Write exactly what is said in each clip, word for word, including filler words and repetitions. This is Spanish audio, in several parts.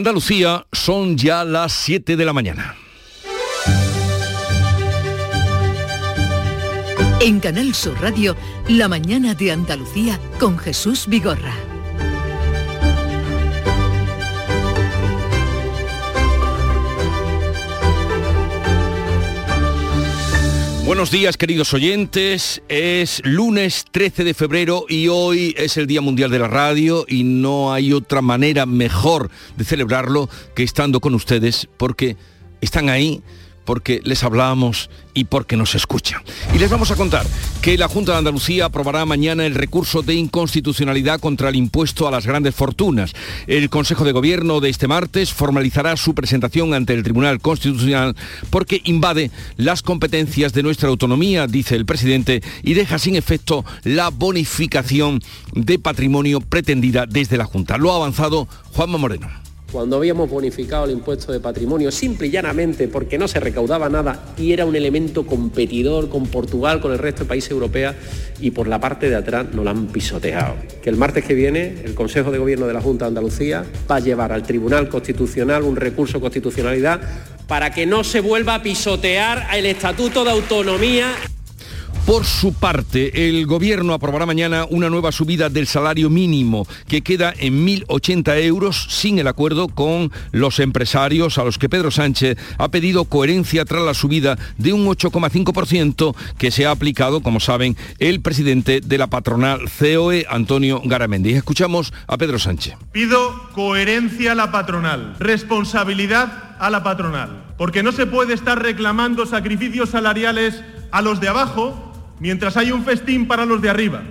Andalucía, son ya las siete de la mañana. En Canal Sur Radio, La mañana de Andalucía con Jesús Vigorra. Buenos días, queridos oyentes. Es lunes trece de febrero y hoy es el Día Mundial de la Radio y no hay otra manera mejor de celebrarlo que estando con ustedes, porque están ahí, porque les hablamos y porque nos escuchan. Y les vamos a contar que la Junta de Andalucía aprobará mañana el recurso de inconstitucionalidad contra el impuesto a las grandes fortunas. El Consejo de Gobierno de este martes formalizará su presentación ante el Tribunal Constitucional porque invade las competencias de nuestra autonomía, dice el presidente, y deja sin efecto la bonificación de patrimonio pretendida desde la Junta. Lo ha avanzado Juanma Moreno. Cuando habíamos bonificado el impuesto de patrimonio simple y llanamente porque no se recaudaba nada y era un elemento competidor con Portugal, con el resto de países europeos, y por la parte de atrás nos la han pisoteado. Que el martes que viene el Consejo de Gobierno de la Junta de Andalucía va a llevar al Tribunal Constitucional un recurso de constitucionalidad para que no se vuelva a pisotear el Estatuto de Autonomía. Por su parte, el Gobierno aprobará mañana una nueva subida del salario mínimo que queda en mil ochenta euros sin el acuerdo con los empresarios, a los que Pedro Sánchez ha pedido coherencia tras la subida de un ocho coma cinco por ciento que se ha aplicado, como saben, el presidente de la patronal C O E, Antonio Garamendi. Escuchamos a Pedro Sánchez. Pido coherencia a la patronal, responsabilidad a la patronal, porque no se puede estar reclamando sacrificios salariales a los de abajo mientras hay un festín para los de arriba.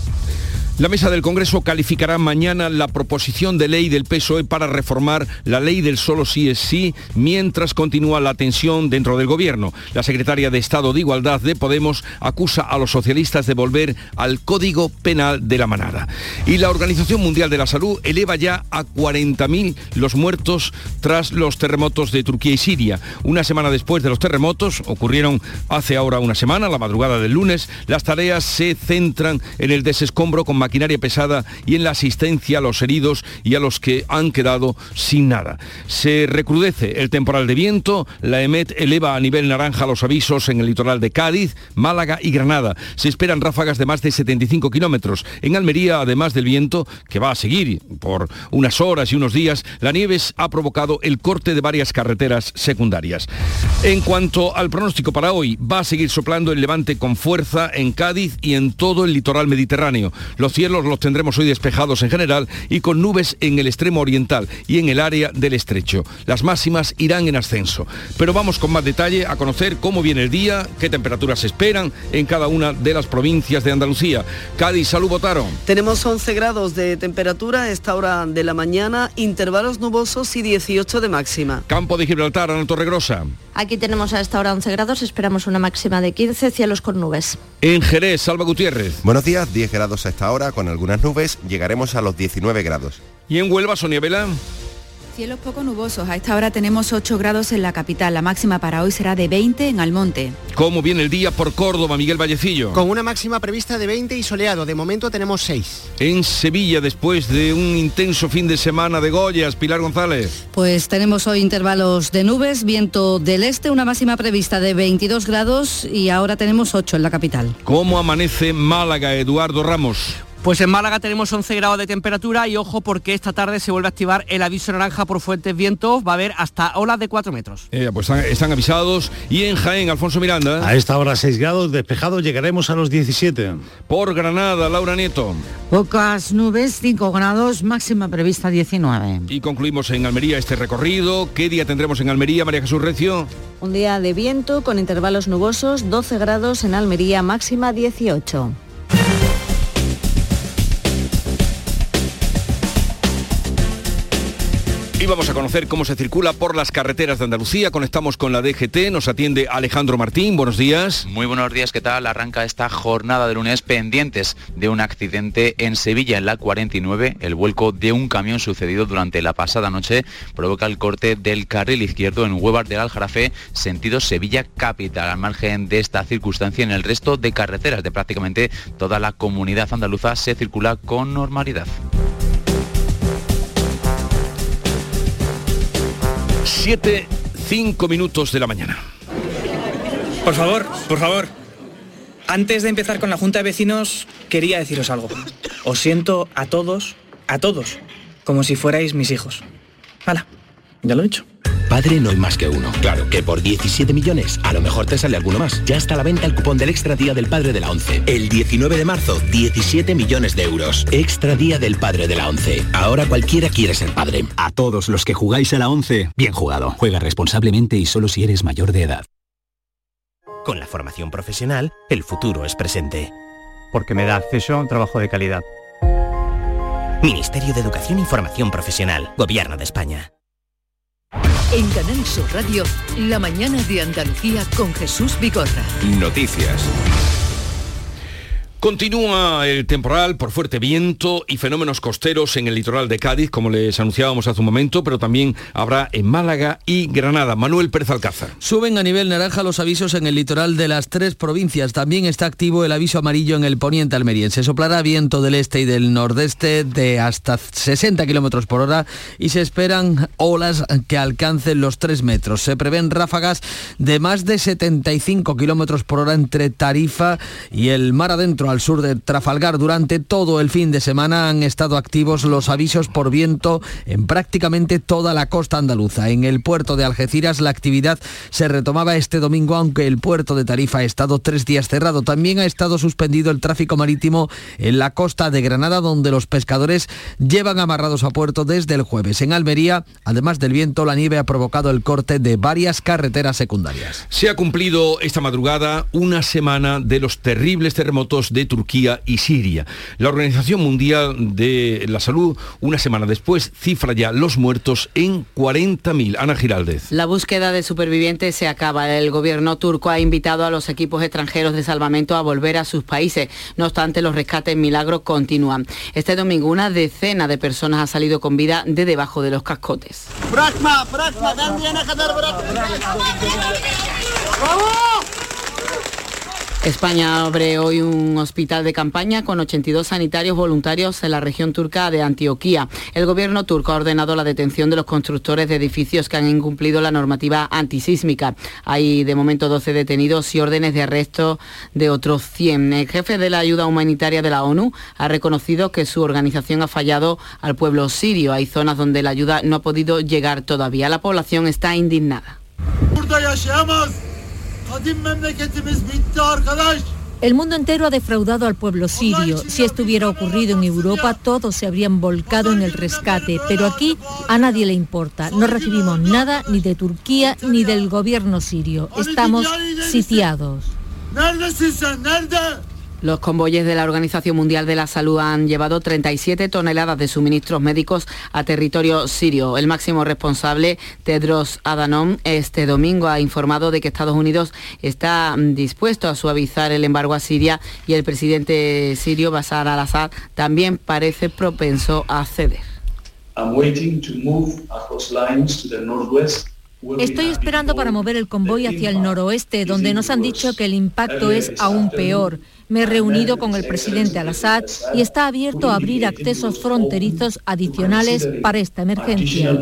La mesa del Congreso calificará mañana la proposición de ley del P S O E para reformar la ley del solo sí es sí, mientras continúa la tensión dentro del Gobierno. La secretaria de Estado de Igualdad de Podemos acusa a los socialistas de volver al Código Penal de la manada. Y la Organización Mundial de la Salud eleva ya a cuarenta mil los muertos tras los terremotos de Turquía y Siria. Una semana después de los terremotos, ocurrieron hace ahora una semana, la madrugada del lunes, las tareas se centran en el desescombro con maquinaria pesada y en la asistencia a los heridos y a los que han quedado sin nada. Se recrudece el temporal de viento, la EMET eleva a nivel naranja los avisos en el litoral de Cádiz, Málaga y Granada. Se esperan ráfagas de más de setenta y cinco kilómetros. En Almería, además del viento, que va a seguir por unas horas y unos días, la nieve ha provocado el corte de varias carreteras secundarias. En cuanto al pronóstico para hoy, va a seguir soplando el levante con fuerza en Cádiz y en todo el litoral mediterráneo. Los cielos los tendremos hoy despejados en general y con nubes en el extremo oriental y en el área del estrecho. Las máximas irán en ascenso. Pero vamos con más detalle a conocer cómo viene el día, qué temperaturas se esperan en cada una de las provincias de Andalucía. Cádiz, Salud, Botaro. Tenemos once grados de temperatura a esta hora de la mañana, intervalos nubosos y dieciocho de máxima. Campo de Gibraltar, Ana Torregrosa. Aquí tenemos a esta hora once grados, esperamos una máxima de quince, cielos con nubes. En Jerez, Salva Gutiérrez. Buenos días, diez grados a esta hora, con algunas nubes, llegaremos a los diecinueve grados. ¿Y en Huelva, Sonia Vela? Cielos poco nubosos, a esta hora tenemos ocho grados en la capital, la máxima para hoy será de veinte en Almonte. ¿Cómo viene el día por Córdoba, Miguel Vallecillo? Con una máxima prevista de veinte y soleado, de momento tenemos seis. En Sevilla, después de un intenso fin de semana de Goyas, Pilar González. Pues tenemos hoy intervalos de nubes, viento del este, una máxima prevista de veintidós grados y ahora tenemos ocho en la capital. ¿Cómo amanece Málaga, Eduardo Ramos? Pues en Málaga tenemos once grados de temperatura y ojo porque esta tarde se vuelve a activar el aviso naranja por fuertes vientos, va a haber hasta olas de cuatro metros. Eh, pues están, están avisados. Y en Jaén, Alfonso Miranda. A esta hora seis grados, despejados, llegaremos a los diecisiete. Por Granada, Laura Nieto. Pocas nubes, cinco grados, máxima prevista diecinueve. Y concluimos en Almería este recorrido. ¿Qué día tendremos en Almería, María Jesús Recio? Un día de viento con intervalos nubosos, doce grados en Almería, máxima dieciocho. Y vamos a conocer cómo se circula por las carreteras de Andalucía. Conectamos con la D G T, nos atiende Alejandro Martín. Buenos días. Muy buenos días, ¿qué tal? Arranca esta jornada de lunes pendientes de un accidente en Sevilla, en la cuarenta y nueve. El vuelco de un camión sucedido durante la pasada noche provoca el corte del carril izquierdo en Huevar del Aljarafe, sentido Sevilla capital. Al margen de esta circunstancia, en el resto de carreteras de prácticamente toda la comunidad andaluza se circula con normalidad. siete, cinco minutos de la mañana. Por favor, por favor. Antes de empezar con la Junta de Vecinos, quería deciros algo. Os siento a todos, a todos, como si fuerais mis hijos. Hala, ya lo he dicho. Padre no hay más que uno. Claro que por diecisiete millones a lo mejor te sale alguno más. Ya está a la venta el cupón del Extra Día del Padre de la ONCE. El diecinueve de marzo, diecisiete millones de euros. Extra Día del Padre de la ONCE. Ahora cualquiera quiere ser padre. A todos los que jugáis a la ONCE, bien jugado. Juega responsablemente y solo si eres mayor de edad. Con la formación profesional, el futuro es presente. Porque me da acceso a un trabajo de calidad. Ministerio de Educación y Formación Profesional. Gobierno de España. En Canal Sur Radio, la mañana de Andalucía con Jesús Vigorra. Noticias. Continúa el temporal por fuerte viento y fenómenos costeros en el litoral de Cádiz, como les anunciábamos hace un momento, pero también habrá en Málaga y Granada. Manuel Pérez Alcázar. Suben a nivel naranja los avisos en el litoral de las tres provincias. También está activo el aviso amarillo en el poniente almeriense. Soplará viento del este y del nordeste de hasta sesenta kilómetros por hora y se esperan olas que alcancen los tres metros. Se prevén ráfagas de más de setenta y cinco kilómetros por hora entre Tarifa y el mar adentro, al sur de Trafalgar. Durante todo el fin de semana han estado activos los avisos por viento en prácticamente toda la costa andaluza. En el puerto de Algeciras la actividad se retomaba este domingo, aunque el puerto de Tarifa ha estado tres días cerrado. También ha estado suspendido el tráfico marítimo en la costa de Granada, donde los pescadores llevan amarrados a puerto desde el jueves. En Almería, además del viento, la nieve ha provocado el corte de varias carreteras secundarias. Se ha cumplido esta madrugada una semana de los terribles terremotos de Turquía y Siria. La Organización Mundial de la Salud, una semana después, cifra ya los muertos en cuarenta mil. Ana Giraldez. La búsqueda de supervivientes se acaba. El gobierno turco ha invitado a los equipos extranjeros de salvamento a volver a sus países. No obstante, los rescates milagros continúan. Este domingo una decena de personas ha salido con vida de debajo de los cascotes. España abre hoy un hospital de campaña con ochenta y dos sanitarios voluntarios en la región turca de Antioquía. El gobierno turco ha ordenado la detención de los constructores de edificios que han incumplido la normativa antisísmica. Hay de momento doce detenidos y órdenes de arresto de otros cien. El jefe de la ayuda humanitaria de la ONU ha reconocido que su organización ha fallado al pueblo sirio. Hay zonas donde la ayuda no ha podido llegar todavía. La población está indignada. El mundo entero ha defraudado al pueblo sirio. Si esto hubiera ocurrido en Europa, todos se habrían volcado en el rescate, pero aquí a nadie le importa. No recibimos nada ni de Turquía ni del gobierno sirio. Estamos sitiados. Los convoyes de la Organización Mundial de la Salud han llevado treinta y siete toneladas de suministros médicos a territorio sirio. El máximo responsable, Tedros Adhanom, este domingo ha informado de que Estados Unidos está dispuesto a suavizar el embargo a Siria y el presidente sirio, Bashar al-Assad, también parece propenso a ceder. Estoy esperando para mover el convoy hacia el noroeste, donde nos han dicho que el impacto es aún peor. Me he reunido con el presidente al-Assad y está abierto a abrir accesos fronterizos adicionales para esta emergencia.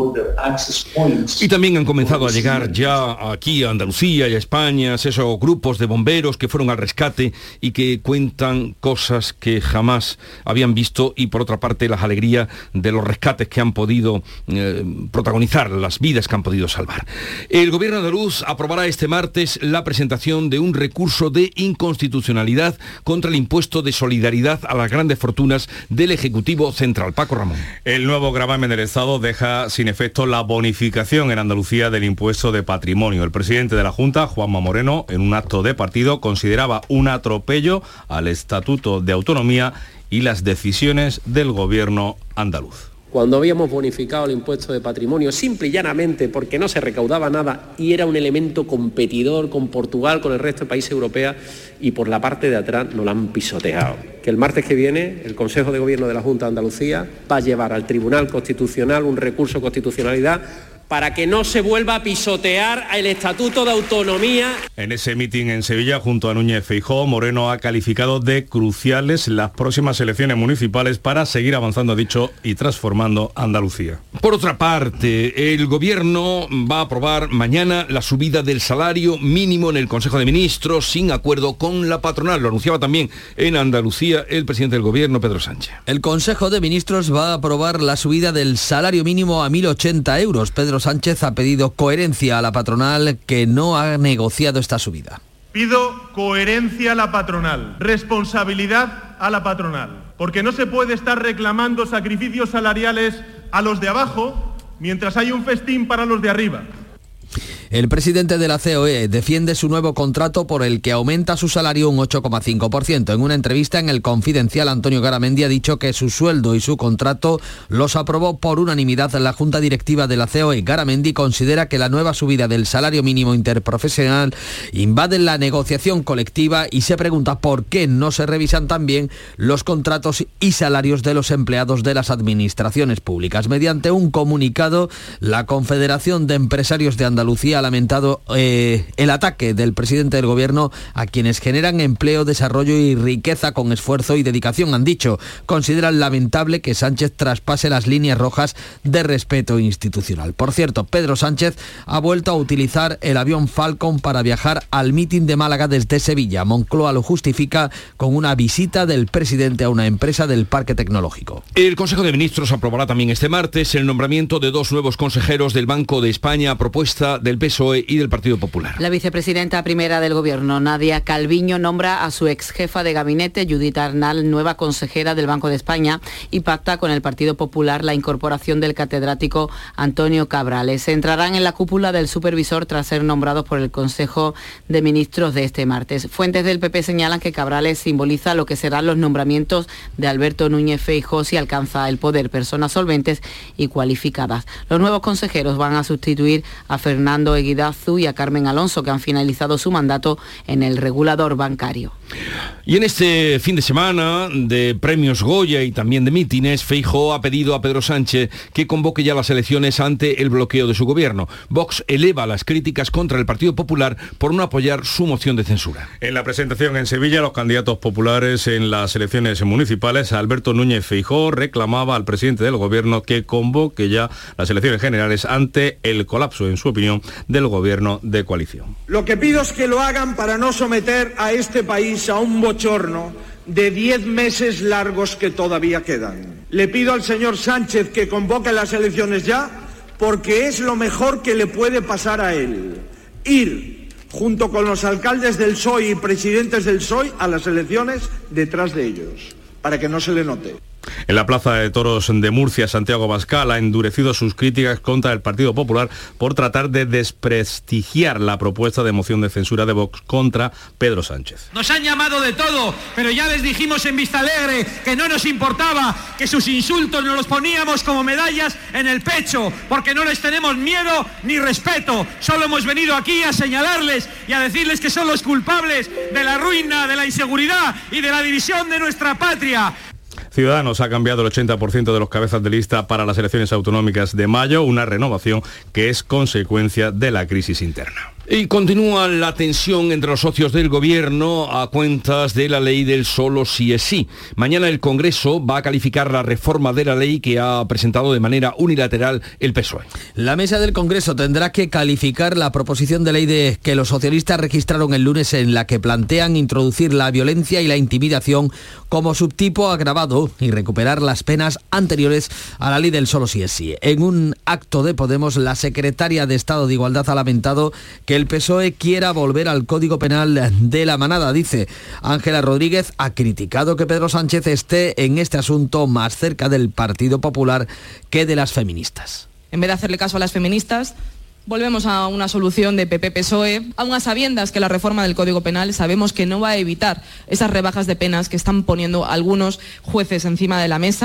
Y también han comenzado a llegar ya aquí a Andalucía y a España esos grupos de bomberos que fueron al rescate y que cuentan cosas que jamás habían visto, y por otra parte las alegrías de los rescates que han podido eh, protagonizar, las vidas que han podido salvar. El gobierno andaluz aprobará este martes la presentación de un recurso de inconstitucionalidad contra el impuesto de solidaridad a las grandes fortunas del Ejecutivo Central. Paco Ramón. El nuevo gravamen del Estado deja sin efecto la bonificación en Andalucía del impuesto de patrimonio. El presidente de la Junta, Juanma Moreno, en un acto de partido, consideraba un atropello al Estatuto de Autonomía y las decisiones del gobierno andaluz. Cuando habíamos bonificado el impuesto de patrimonio, simple y llanamente porque no se recaudaba nada y era un elemento competidor con Portugal, con el resto de países europeos, y por la parte de atrás nos la han pisoteado. Que el martes que viene el Consejo de Gobierno de la Junta de Andalucía va a llevar al Tribunal Constitucional un recurso de constitucionalidad para que no se vuelva a pisotear el Estatuto de Autonomía. En ese mitin en Sevilla, junto a Núñez Feijóo, Moreno ha calificado de cruciales las próximas elecciones municipales para seguir avanzando, ha dicho, y transformando Andalucía. Por otra parte, el Gobierno va a aprobar mañana la subida del salario mínimo en el Consejo de Ministros sin acuerdo con la patronal. Lo anunciaba también en Andalucía el presidente del Gobierno, Pedro Sánchez. El Consejo de Ministros va a aprobar la subida del salario mínimo a mil ochenta euros. Pedro Sánchez ha pedido coherencia a la patronal, que no ha negociado esta subida. Pido coherencia a la patronal, responsabilidad a la patronal, porque no se puede estar reclamando sacrificios salariales a los de abajo mientras hay un festín para los de arriba. El presidente de la C O E defiende su nuevo contrato por el que aumenta su salario un ocho coma cinco por ciento. En una entrevista en El Confidencial, Antonio Garamendi ha dicho que su sueldo y su contrato los aprobó por unanimidad la Junta Directiva de la C O E. Garamendi considera que la nueva subida del salario mínimo interprofesional invade la negociación colectiva y se pregunta por qué no se revisan también los contratos y salarios de los empleados de las administraciones públicas. Mediante un comunicado, la Confederación de Empresarios de Andalucía ha lamentado eh, el ataque del presidente del Gobierno a quienes generan empleo, desarrollo y riqueza con esfuerzo y dedicación. Han dicho, consideran lamentable que Sánchez traspase las líneas rojas de respeto institucional. Por cierto, Pedro Sánchez ha vuelto a utilizar el avión Falcon para viajar al mitin de Málaga desde Sevilla. Moncloa lo justifica con una visita del presidente a una empresa del Parque Tecnológico. El Consejo de Ministros aprobará también este martes el nombramiento de dos nuevos consejeros del Banco de España a propuesta del P S O E y del Partido Popular. La vicepresidenta primera del Gobierno, Nadia Calviño, nombra a su ex jefa de gabinete, Judith Arnal, nueva consejera del Banco de España y pacta con el Partido Popular la incorporación del catedrático Antonio Cabrales. Entrarán en la cúpula del supervisor tras ser nombrados por el Consejo de Ministros de este martes. Fuentes del P P señalan que Cabrales simboliza lo que serán los nombramientos de Alberto Núñez Feijóo si alcanza el poder, personas solventes y cualificadas. Los nuevos consejeros van a sustituir a Fernando Eguidazu y a Carmen Alonso, que han finalizado su mandato en el regulador bancario. Y en este fin de semana de premios Goya y también de mítines, Feijóo ha pedido a Pedro Sánchez que convoque ya las elecciones ante el bloqueo de su gobierno. Vox eleva las críticas contra el Partido Popular por no apoyar su moción de censura. En la presentación en Sevilla, los candidatos populares en las elecciones municipales, Alberto Núñez Feijóo reclamaba al presidente del gobierno que convoque ya las elecciones generales ante el colapso, en su opinión, del gobierno de coalición. Lo que pido es que lo hagan para no someter a este país a un bochorno de diez meses largos que todavía quedan. Le pido al señor Sánchez que convoque las elecciones ya, porque es lo mejor que le puede pasar a él. Ir, junto con los alcaldes del P S O E y presidentes del P S O E, a las elecciones detrás de ellos, para que no se le note. En la Plaza de Toros de Murcia, Santiago Abascal ha endurecido sus críticas contra el Partido Popular por tratar de desprestigiar la propuesta de moción de censura de Vox contra Pedro Sánchez. Nos han llamado de todo, pero ya les dijimos en Vistalegre que no nos importaba, que sus insultos nos los poníamos como medallas en el pecho, porque no les tenemos miedo ni respeto. Solo hemos venido aquí a señalarles y a decirles que son los culpables de la ruina, de la inseguridad y de la división de nuestra patria. Ciudadanos ha cambiado el ochenta por ciento de los cabezas de lista para las elecciones autonómicas de mayo, una renovación que es consecuencia de la crisis interna. Y continúa la tensión entre los socios del gobierno a cuentas de la ley del solo sí es sí. Mañana el Congreso va a calificar la reforma de la ley que ha presentado de manera unilateral el P S O E. La mesa del Congreso tendrá que calificar la proposición de ley de que los socialistas registraron el lunes, en la que plantean introducir la violencia y la intimidación como subtipo agravado y recuperar las penas anteriores a la ley del solo sí es sí. En un acto de Podemos, la secretaria de Estado de Igualdad ha lamentado que el P S O E quiera volver al Código Penal de la manada. Dice, Ángela Rodríguez ha criticado que Pedro Sánchez esté en este asunto más cerca del Partido Popular que de las feministas. En vez de hacerle caso a las feministas, volvemos a una solución de P P-P S O E, aun a sabiendas que la reforma del Código Penal sabemos que no va a evitar esas rebajas de penas que están poniendo algunos jueces encima de la mesa.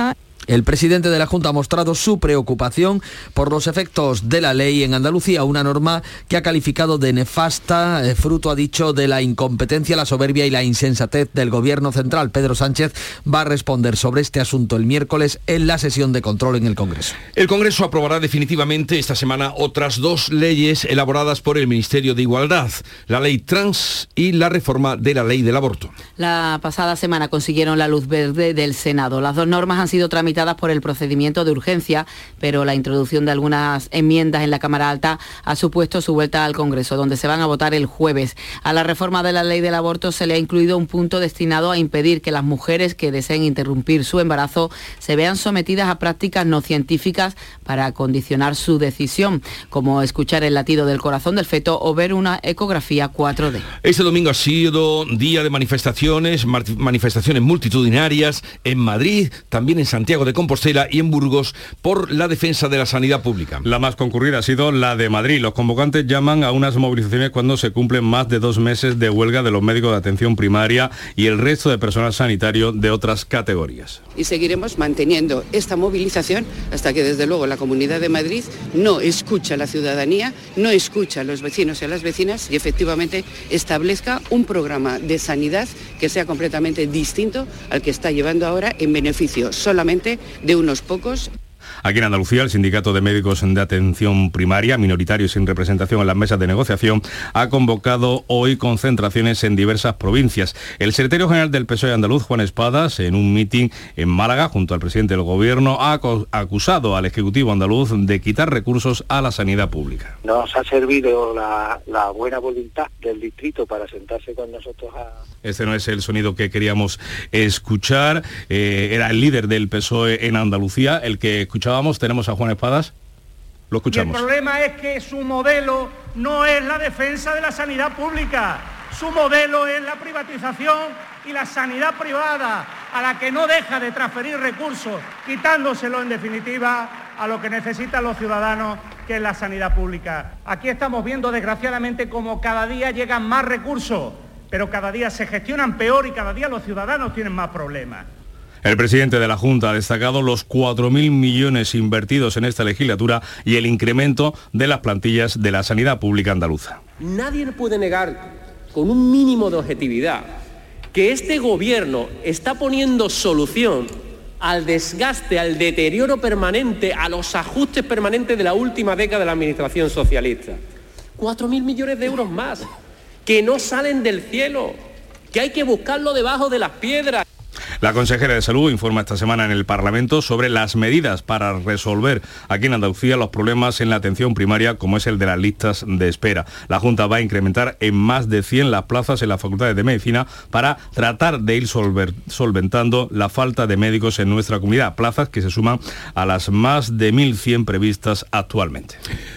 El presidente de la Junta ha mostrado su preocupación por los efectos de la ley en Andalucía, una norma que ha calificado de nefasta, eh, fruto, ha dicho, de la incompetencia, la soberbia y la insensatez del Gobierno central. Pedro Sánchez va a responder sobre este asunto el miércoles en la sesión de control en el Congreso. El Congreso aprobará definitivamente esta semana otras dos leyes elaboradas por el Ministerio de Igualdad, la ley trans y la reforma de la ley del aborto. La pasada semana consiguieron la luz verde del Senado. Las dos normas han sido tramitadas por el procedimiento de urgencia, pero la introducción de algunas enmiendas en la Cámara Alta ha supuesto su vuelta al Congreso, donde se van a votar el jueves. A la reforma de la ley del aborto se le ha incluido un punto destinado a impedir que las mujeres que deseen interrumpir su embarazo se vean sometidas a prácticas no científicas para condicionar su decisión, como escuchar el latido del corazón del feto o ver una ecografía cuatro D. Este domingo ha sido día de manifestaciones, manifestaciones multitudinarias en Madrid, también en Santiago de Compostela y en Burgos por la defensa de la sanidad pública. La más concurrida ha sido la de Madrid. Los convocantes llaman a unas movilizaciones cuando se cumplen más de dos meses de huelga de los médicos de atención primaria y el resto de personal sanitario de otras categorías. Y seguiremos manteniendo esta movilización hasta que desde luego la Comunidad de Madrid no escucha a la ciudadanía, no escucha a los vecinos y a las vecinas y efectivamente establezca un programa de sanidad que sea completamente distinto al que está llevando ahora en beneficio solamente de unos pocos. Aquí en Andalucía, el Sindicato de Médicos de Atención Primaria, minoritario y sin representación en las mesas de negociación, ha convocado hoy concentraciones en diversas provincias. El secretario general del P S O E andaluz, Juan Espadas, en un mitin en Málaga, junto al presidente del Gobierno, ha acusado al Ejecutivo andaluz de quitar recursos a la sanidad pública. Nos ha servido la, la buena voluntad del distrito para sentarse con nosotros a... Este no es el sonido que queríamos escuchar. Eh, era el líder del P S O E en Andalucía, el que escuchábamos. Tenemos a Juan Espadas. Lo escuchamos. Y el problema es que su modelo no es la defensa de la sanidad pública. Su modelo es la privatización y la sanidad privada, a la que no deja de transferir recursos, quitándoselo en definitiva a lo que necesitan los ciudadanos, que es la sanidad pública. Aquí estamos viendo desgraciadamente cómo cada día llegan más recursos, pero cada día se gestionan peor y cada día los ciudadanos tienen más problemas. El presidente de la Junta ha destacado los cuatro mil millones invertidos en esta legislatura y el incremento de las plantillas de la sanidad pública andaluza. Nadie puede negar, con un mínimo de objetividad, que este gobierno está poniendo solución al desgaste, al deterioro permanente, a los ajustes permanentes de la última década de la administración socialista. Cuatro mil millones de euros más, que no salen del cielo, que hay que buscarlo debajo de las piedras. La consejera de Salud informa esta semana en el Parlamento sobre las medidas para resolver aquí en Andalucía los problemas en la atención primaria, como es el de las listas de espera. La Junta va a incrementar en más de cien las plazas en las facultades de medicina para tratar de ir solver, solventando la falta de médicos en nuestra comunidad, plazas que se suman a las más de mil cien previstas actualmente.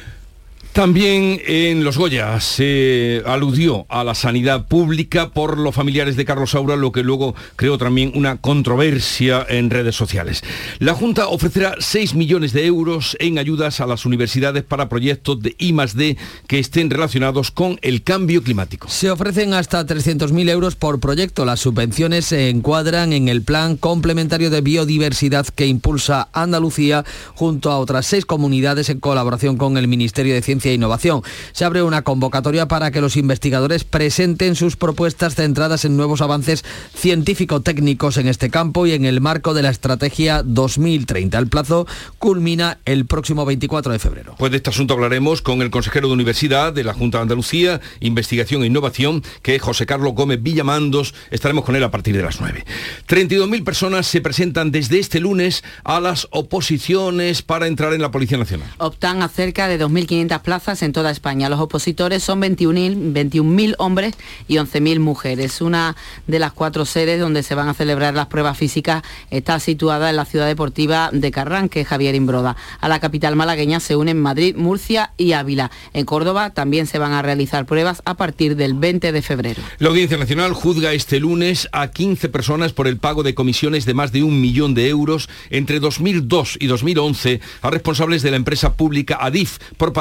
También en Los Goya se aludió a la sanidad pública por los familiares de Carlos Saura, lo que luego creó también una controversia en redes sociales. La Junta ofrecerá seis millones de euros en ayudas a las universidades para proyectos de I más D que estén relacionados con el cambio climático. Se ofrecen hasta trescientos mil euros por proyecto. Las subvenciones se encuadran en el Plan Complementario de Biodiversidad que impulsa Andalucía junto a otras seis comunidades en colaboración con el Ministerio de Ciencia e Innovación. Se abre una convocatoria para que los investigadores presenten sus propuestas centradas en nuevos avances científico-técnicos en este campo y en el marco de la Estrategia dos mil treinta. El plazo culmina el próximo veinticuatro de febrero. Pues de este asunto hablaremos con el consejero de Universidad de la Junta de Andalucía, Investigación e Innovación, que es José Carlos Gómez Villamandos. Estaremos con él a partir de las nueve. treinta y dos mil personas se presentan desde este lunes a las oposiciones para entrar en la Policía Nacional. Optan a cerca de dos mil quinientas plazas en toda España. Los opositores son veintiún mil hombres y once mil mujeres. Una de las cuatro sedes donde se van a celebrar las pruebas físicas está situada en la ciudad deportiva de Carranque, Javier Imbroda. A la capital malagueña se unen Madrid, Murcia y Ávila. En Córdoba también se van a realizar pruebas a partir del veinte de febrero. La Audiencia Nacional juzga este lunes a quince personas por el pago de comisiones de más de un millón de euros entre dos mil dos y dos mil once a responsables de la empresa pública Adif por parte de la empresa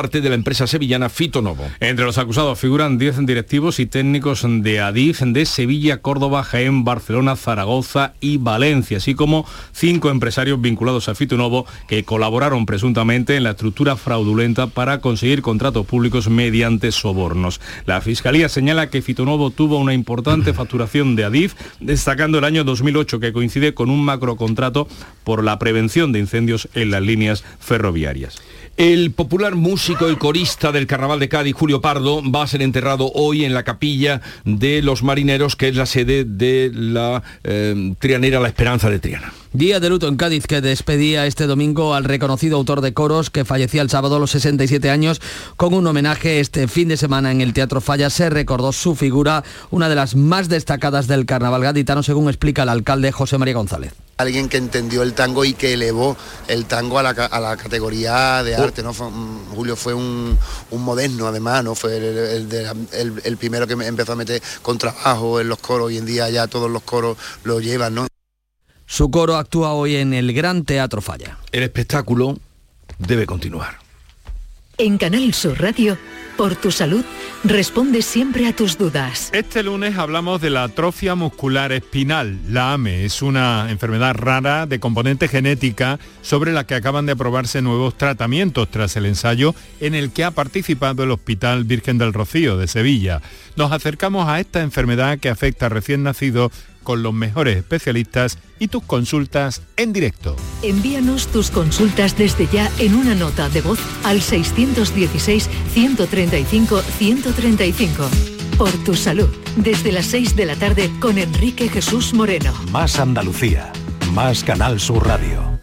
empresa sevillana Fitonovo. Entre los acusados figuran diez directivos y técnicos de Adif de Sevilla, Córdoba, Jaén, Barcelona, Zaragoza y Valencia, así como cinco empresarios vinculados a Fitonovo que colaboraron presuntamente en la estructura fraudulenta para conseguir contratos públicos mediante sobornos. La Fiscalía señala que Fitonovo tuvo una importante facturación de Adif, destacando el año dos mil ocho, que coincide con un macrocontrato por la prevención de incendios en las líneas ferroviarias. El popular músico y corista del Carnaval de Cádiz, Julio Pardo, va a ser enterrado hoy en la capilla de los Marineros, que es la sede de la eh, Trianera La Esperanza de Triana. Día de luto en Cádiz, que despedía este domingo al reconocido autor de coros que fallecía el sábado a los sesenta y siete años. Con un homenaje este fin de semana en el Teatro Falla se recordó su figura, una de las más destacadas del carnaval gaditano, según explica el alcalde José María González. Alguien que entendió el tango y que elevó el tango a la, a la categoría de arte, ¿no? Fue, Julio fue un, un moderno, además, ¿no? Fue el, el, de, el, el primero que empezó a meter contrabajo en los coros. Hoy en día ya todos los coros lo llevan, ¿no? Su coro actúa hoy en el Gran Teatro Falla. El espectáculo debe continuar. En Canal Sur Radio, por tu salud, responde siempre a tus dudas. Este lunes hablamos de la atrofia muscular espinal. La A M E es una enfermedad rara de componente genética sobre la que acaban de aprobarse nuevos tratamientos tras el ensayo en el que ha participado el Hospital Virgen del Rocío de Sevilla. Nos acercamos a esta enfermedad que afecta a recién nacidos con los mejores especialistas y tus consultas en directo. Envíanos tus consultas desde ya en una nota de voz al seiscientos dieciséis, ciento treinta y cinco, ciento treinta y cinco. Por tu salud, desde las seis de la tarde con Enrique Jesús Moreno. Más Andalucía, más Canal Sur Radio.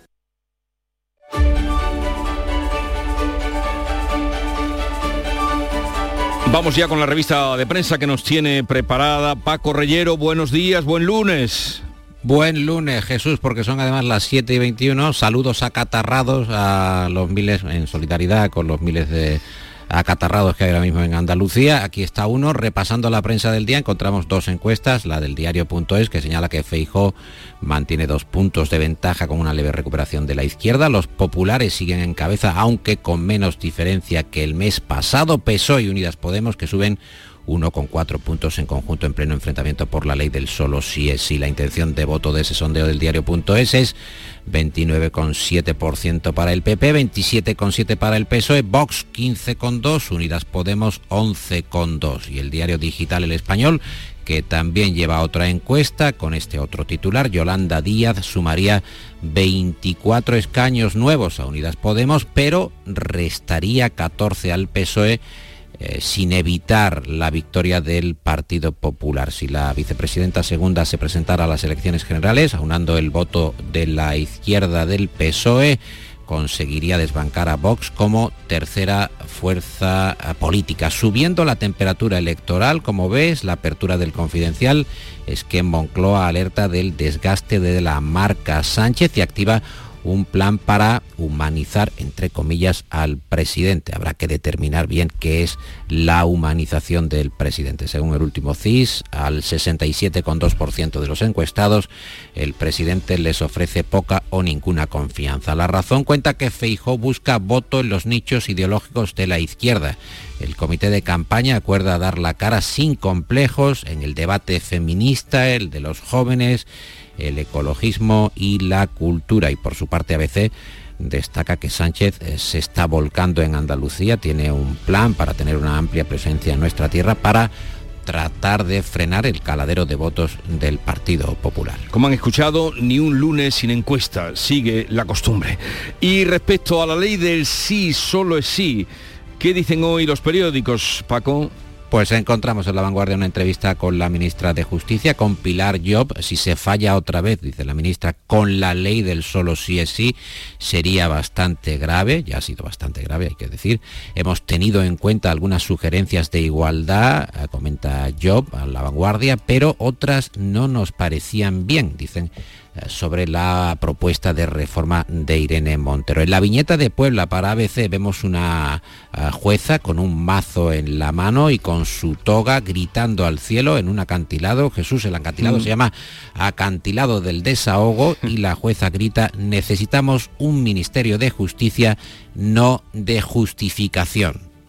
Vamos ya con la revista de prensa que nos tiene preparada Paco Reyero. Buenos días, buen lunes. Buen lunes, Jesús, porque son además las siete y veintiuno. Saludos acatarrados a los miles, en solidaridad con los miles de acatarrados que hay ahora mismo en Andalucía. Aquí está uno, repasando la prensa del día, encontramos dos encuestas, la del diario punto es, que señala que Feijóo mantiene dos puntos de ventaja con una leve recuperación de la izquierda. Los populares siguen en cabeza, aunque con menos diferencia que el mes pasado. P S O E y Unidas Podemos, que suben uno con cuatro puntos en conjunto en pleno enfrentamiento por la ley del solo sí es sí. La intención de voto de ese sondeo del diario punto es es veintinueve coma siete por ciento para el P P, veintisiete coma siete por ciento para el P S O E, Vox quince coma dos por ciento, Unidas Podemos once coma dos por ciento. Y el diario digital El Español, que también lleva otra encuesta con este otro titular, Yolanda Díaz sumaría veinticuatro escaños nuevos a Unidas Podemos, pero restaría catorce al P S O E, Eh, sin evitar la victoria del Partido Popular. Si la vicepresidenta segunda se presentara a las elecciones generales, aunando el voto de la izquierda del P S O E, conseguiría desbancar a Vox como tercera fuerza política. Subiendo la temperatura electoral, como ves, la apertura del Confidencial es que Moncloa alerta del desgaste de la marca Sánchez y activa un plan para humanizar, entre comillas, al presidente. Habrá que determinar bien qué es la humanización del presidente. Según el último C I S, al sesenta y siete coma dos por ciento de los encuestados, el presidente les ofrece poca o ninguna confianza. La Razón cuenta que Feijóo busca voto en los nichos ideológicos de la izquierda. El comité de campaña acuerda dar la cara sin complejos en el debate feminista, el de los jóvenes, el ecologismo y la cultura. Y por su parte A B C destaca que Sánchez se está volcando en Andalucía, tiene un plan para tener una amplia presencia en nuestra tierra para tratar de frenar el caladero de votos del Partido Popular. Como han escuchado, ni un lunes sin encuesta, sigue la costumbre. Y respecto a la ley del sí, solo es sí, ¿qué dicen hoy los periódicos, Paco? Pues encontramos en La Vanguardia una entrevista con la ministra de Justicia, con Pilar Llop. Si se falla otra vez, dice la ministra, con la ley del solo sí es sí, sería bastante grave, ya ha sido bastante grave, hay que decir. Hemos tenido en cuenta algunas sugerencias de igualdad, comenta Llop a La Vanguardia, pero otras no nos parecían bien, dicen, sobre la propuesta de reforma de Irene Montero. En la viñeta de Puebla para A B C vemos una uh, jueza con un mazo en la mano y con su toga gritando al cielo en un acantilado. Jesús, el acantilado mm. se llama Acantilado del Desahogo y la jueza grita: necesitamos un Ministerio de Justicia, no de justificación.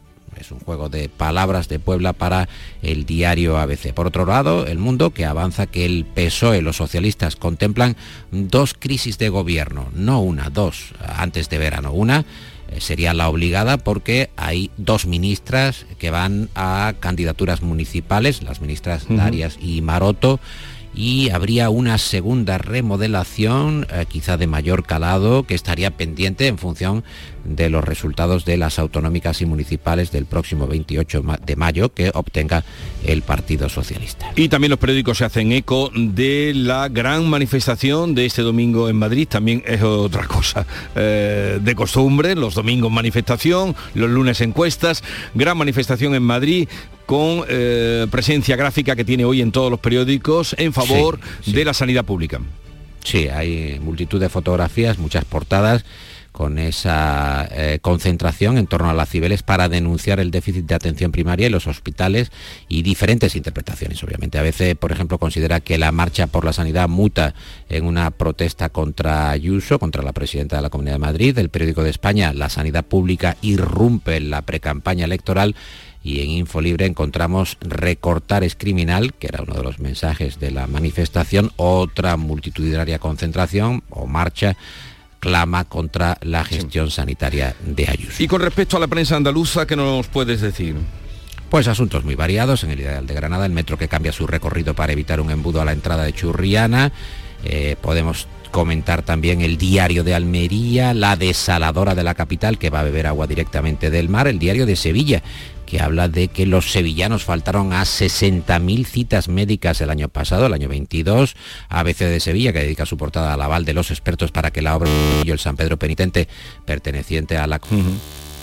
Es un juego de palabras de Puebla para el diario A B C. Por otro lado, El Mundo, que avanza que el P S O E, los socialistas, contemplan dos crisis de gobierno, no una, dos, antes de verano. Una eh, sería la obligada porque hay dos ministras que van a candidaturas municipales, las ministras uh-huh. Darias y Maroto, y habría una segunda remodelación, eh, quizá de mayor calado, que estaría pendiente en función de los resultados de las autonómicas y municipales del próximo veintiocho de mayo que obtenga el Partido Socialista. Y también los periódicos se hacen eco de la gran manifestación de este domingo en Madrid. También es otra cosa eh, de costumbre, los domingos manifestación, los lunes encuestas, gran manifestación en Madrid con eh, presencia gráfica que tiene hoy en todos los periódicos en favor sí, sí. de la sanidad pública. Sí, hay multitud de fotografías, muchas portadas con esa eh, concentración en torno a las Cibeles para denunciar el déficit de atención primaria en los hospitales y diferentes interpretaciones. Obviamente, a veces, por ejemplo, considera que la marcha por la sanidad muta en una protesta contra Ayuso, contra la presidenta de la Comunidad de Madrid. El Periódico de España, la sanidad pública irrumpe en la precampaña electoral. Y en Infolibre encontramos recortar es criminal, que era uno de los mensajes de la manifestación, otra multitudinaria concentración o marcha clama contra la gestión sí. sanitaria de Ayuso. Y con respecto a la prensa andaluza, ¿qué nos puedes decir? Pues asuntos muy variados. En el Ideal de Granada, el metro que cambia su recorrido para evitar un embudo a la entrada de Churriana. Eh, podemos comentar también el Diario de Almería, la desaladora de la capital que va a beber agua directamente del mar. El Diario de Sevilla, que habla de que los sevillanos faltaron a sesenta mil citas médicas el año pasado, el año veintidós. A B C de Sevilla, que dedica su portada al aval de los expertos para que la obra de el San Pedro Penitente, perteneciente a la... Uh-huh.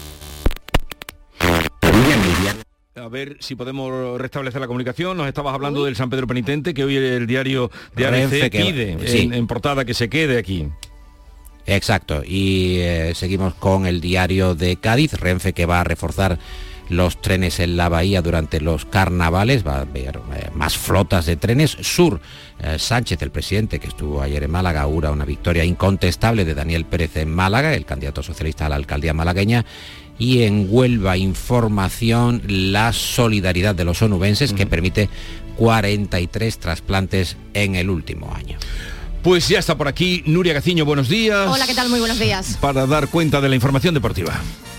A ver si podemos restablecer la comunicación. Nos estabas hablando del San Pedro Penitente, que hoy el diario de A B C pide que, sí. en, en portada que se quede aquí. Exacto. Y eh, seguimos con el Diario de Cádiz, Renfe, que va a reforzar los trenes en la bahía durante los carnavales, va a haber eh, más flotas de trenes. Sur, eh, Sánchez, el presidente que estuvo ayer en Málaga, augura una victoria incontestable de Daniel Pérez en Málaga, el candidato socialista a la alcaldía malagueña. Y en Huelva, Información, la solidaridad de los onubenses, uh-huh. que permite cuarenta y tres trasplantes en el último año. Pues ya está por aquí Nuria Gaciño, buenos días. Hola, ¿qué tal? Muy buenos días. Para dar cuenta de la información deportiva.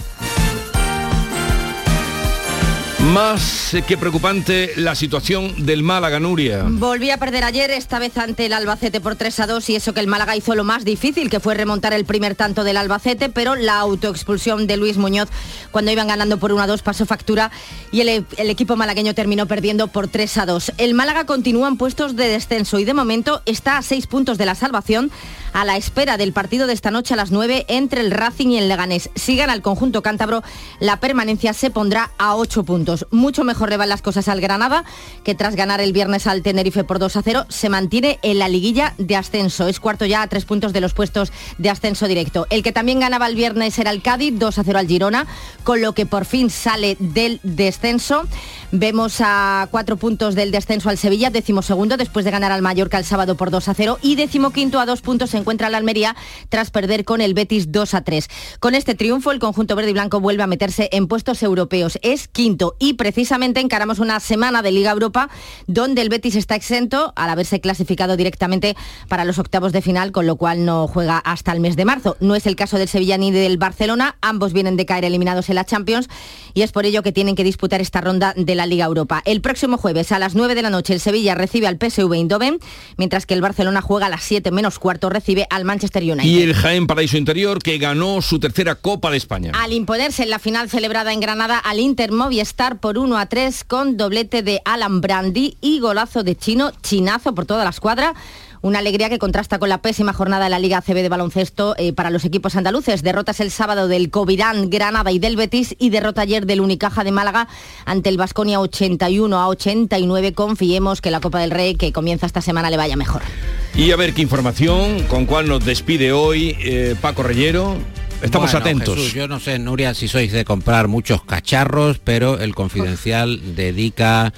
Más que preocupante la situación del Málaga, Nuria. Volví a perder ayer, esta vez ante el Albacete por tres a dos, y eso que el Málaga hizo lo más difícil, que fue remontar el primer tanto del Albacete, pero la autoexpulsión de Luis Muñoz cuando iban ganando por uno a dos pasó factura y el, el equipo malagueño terminó perdiendo por tres a dos. El Málaga continúa en puestos de descenso y de momento está a seis puntos de la salvación, a la espera del partido de esta noche a las nueve entre el Racing y el Leganés. Si gana el conjunto cántabro, la permanencia se pondrá a ocho puntos. Mucho mejor le van las cosas al Granada, que tras ganar el viernes al Tenerife por dos a cero, se mantiene en la liguilla de ascenso. Es cuarto ya a tres puntos de los puestos de ascenso directo. El que también ganaba el viernes era el Cádiz, dos a cero al Girona, con lo que por fin sale del descenso. Vemos a cuatro puntos del descenso al Sevilla, decimosegundo, después de ganar al Mallorca el sábado por dos a cero, y decimoquinto a dos puntos se encuentra el Almería tras perder con el Betis dos a tres. Con este triunfo, el conjunto verde y blanco vuelve a meterse en puestos europeos. Es quinto y precisamente encaramos una semana de Liga Europa donde el Betis está exento al haberse clasificado directamente para los octavos de final, con lo cual no juega hasta el mes de marzo. No es el caso del Sevilla ni del Barcelona, ambos vienen de caer eliminados en la Champions y es por ello que tienen que disputar esta ronda de la Liga Europa. El próximo jueves a las nueve de la noche el Sevilla recibe al P S V Eindhoven, mientras que el Barcelona juega a las siete menos cuarto, recibe al Manchester United. Y el Jaén Paraíso Interior, que ganó su tercera Copa de España. Al imponerse en la final celebrada en Granada al Inter Movistar por uno a tres con doblete de Alan Brandi y golazo de Chino, chinazo por toda la escuadra. Una alegría que contrasta con la pésima jornada de la Liga A C B de baloncesto eh, para los equipos andaluces. Derrotas el sábado del Covirán, Granada y del Betis, y derrota ayer del Unicaja de Málaga ante el Baskonia ochenta y uno a ochenta y nueve. Confiemos que la Copa del Rey, que comienza esta semana, le vaya mejor. Y a ver qué información, con cuál nos despide hoy eh, Paco Reyero. Estamos bueno, atentos. Jesús, yo no sé, Nuria, si sois de comprar muchos cacharros, pero el Confidencial Uf. dedica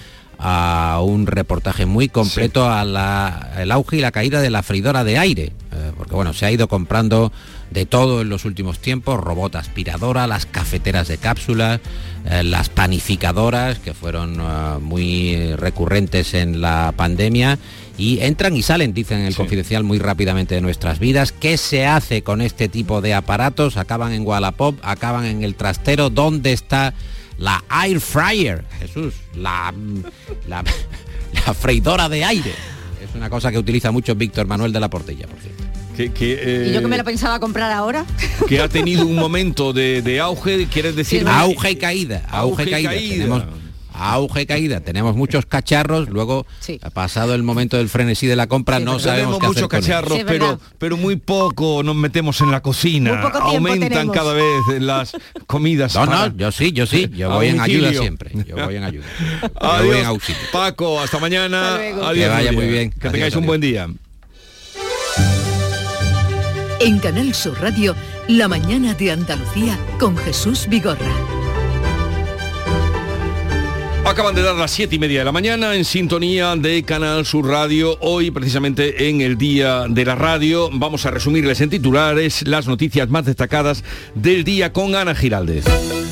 a un reportaje muy completo sí. a la, el auge y la caída de la freidora de aire, eh, porque bueno, se ha ido comprando de todo en los últimos tiempos, robot aspiradora, las cafeteras de cápsulas, eh, las panificadoras, que fueron uh, muy recurrentes en la pandemia, y entran y salen, dicen en el sí. Confidencial, muy rápidamente de nuestras vidas. ¿Qué se hace con este tipo de aparatos? Acaban en Wallapop, acaban en el trastero. ¿Dónde está la air fryer? Jesús, la, la, la freidora de aire. Es una cosa que utiliza mucho Víctor Manuel de la Portilla, por cierto. Que, que, eh, ¿Y yo que me lo pensaba comprar ahora? Que ha tenido un momento de, de auge, ¿quieres decir? Sí, auge y caída, auge, auge y caída. caída. Tenemos auge y caída, tenemos muchos cacharros, luego sí. ha pasado el momento del frenesí de la compra, sí, no sabemos qué hacer con muchos cacharros, sí, pero, pero muy poco nos metemos en la cocina, aumentan tenemos. cada vez las comidas. No, para... no, yo sí, yo sí, yo voy en ayuda siempre, yo voy en ayuda. Adiós, voy en auxilio. Paco, hasta mañana. Hasta adiós, que vaya muy bien. Que adiós, tengáis adiós. un buen día. En Canal Sur Radio, La mañana de Andalucía con Jesús Vigorra. Acaban de dar las siete y media de la mañana en sintonía de Canal Sur Radio. Hoy, precisamente en el Día de la Radio, vamos a resumirles en titulares las noticias más destacadas del día con Ana Giraldez.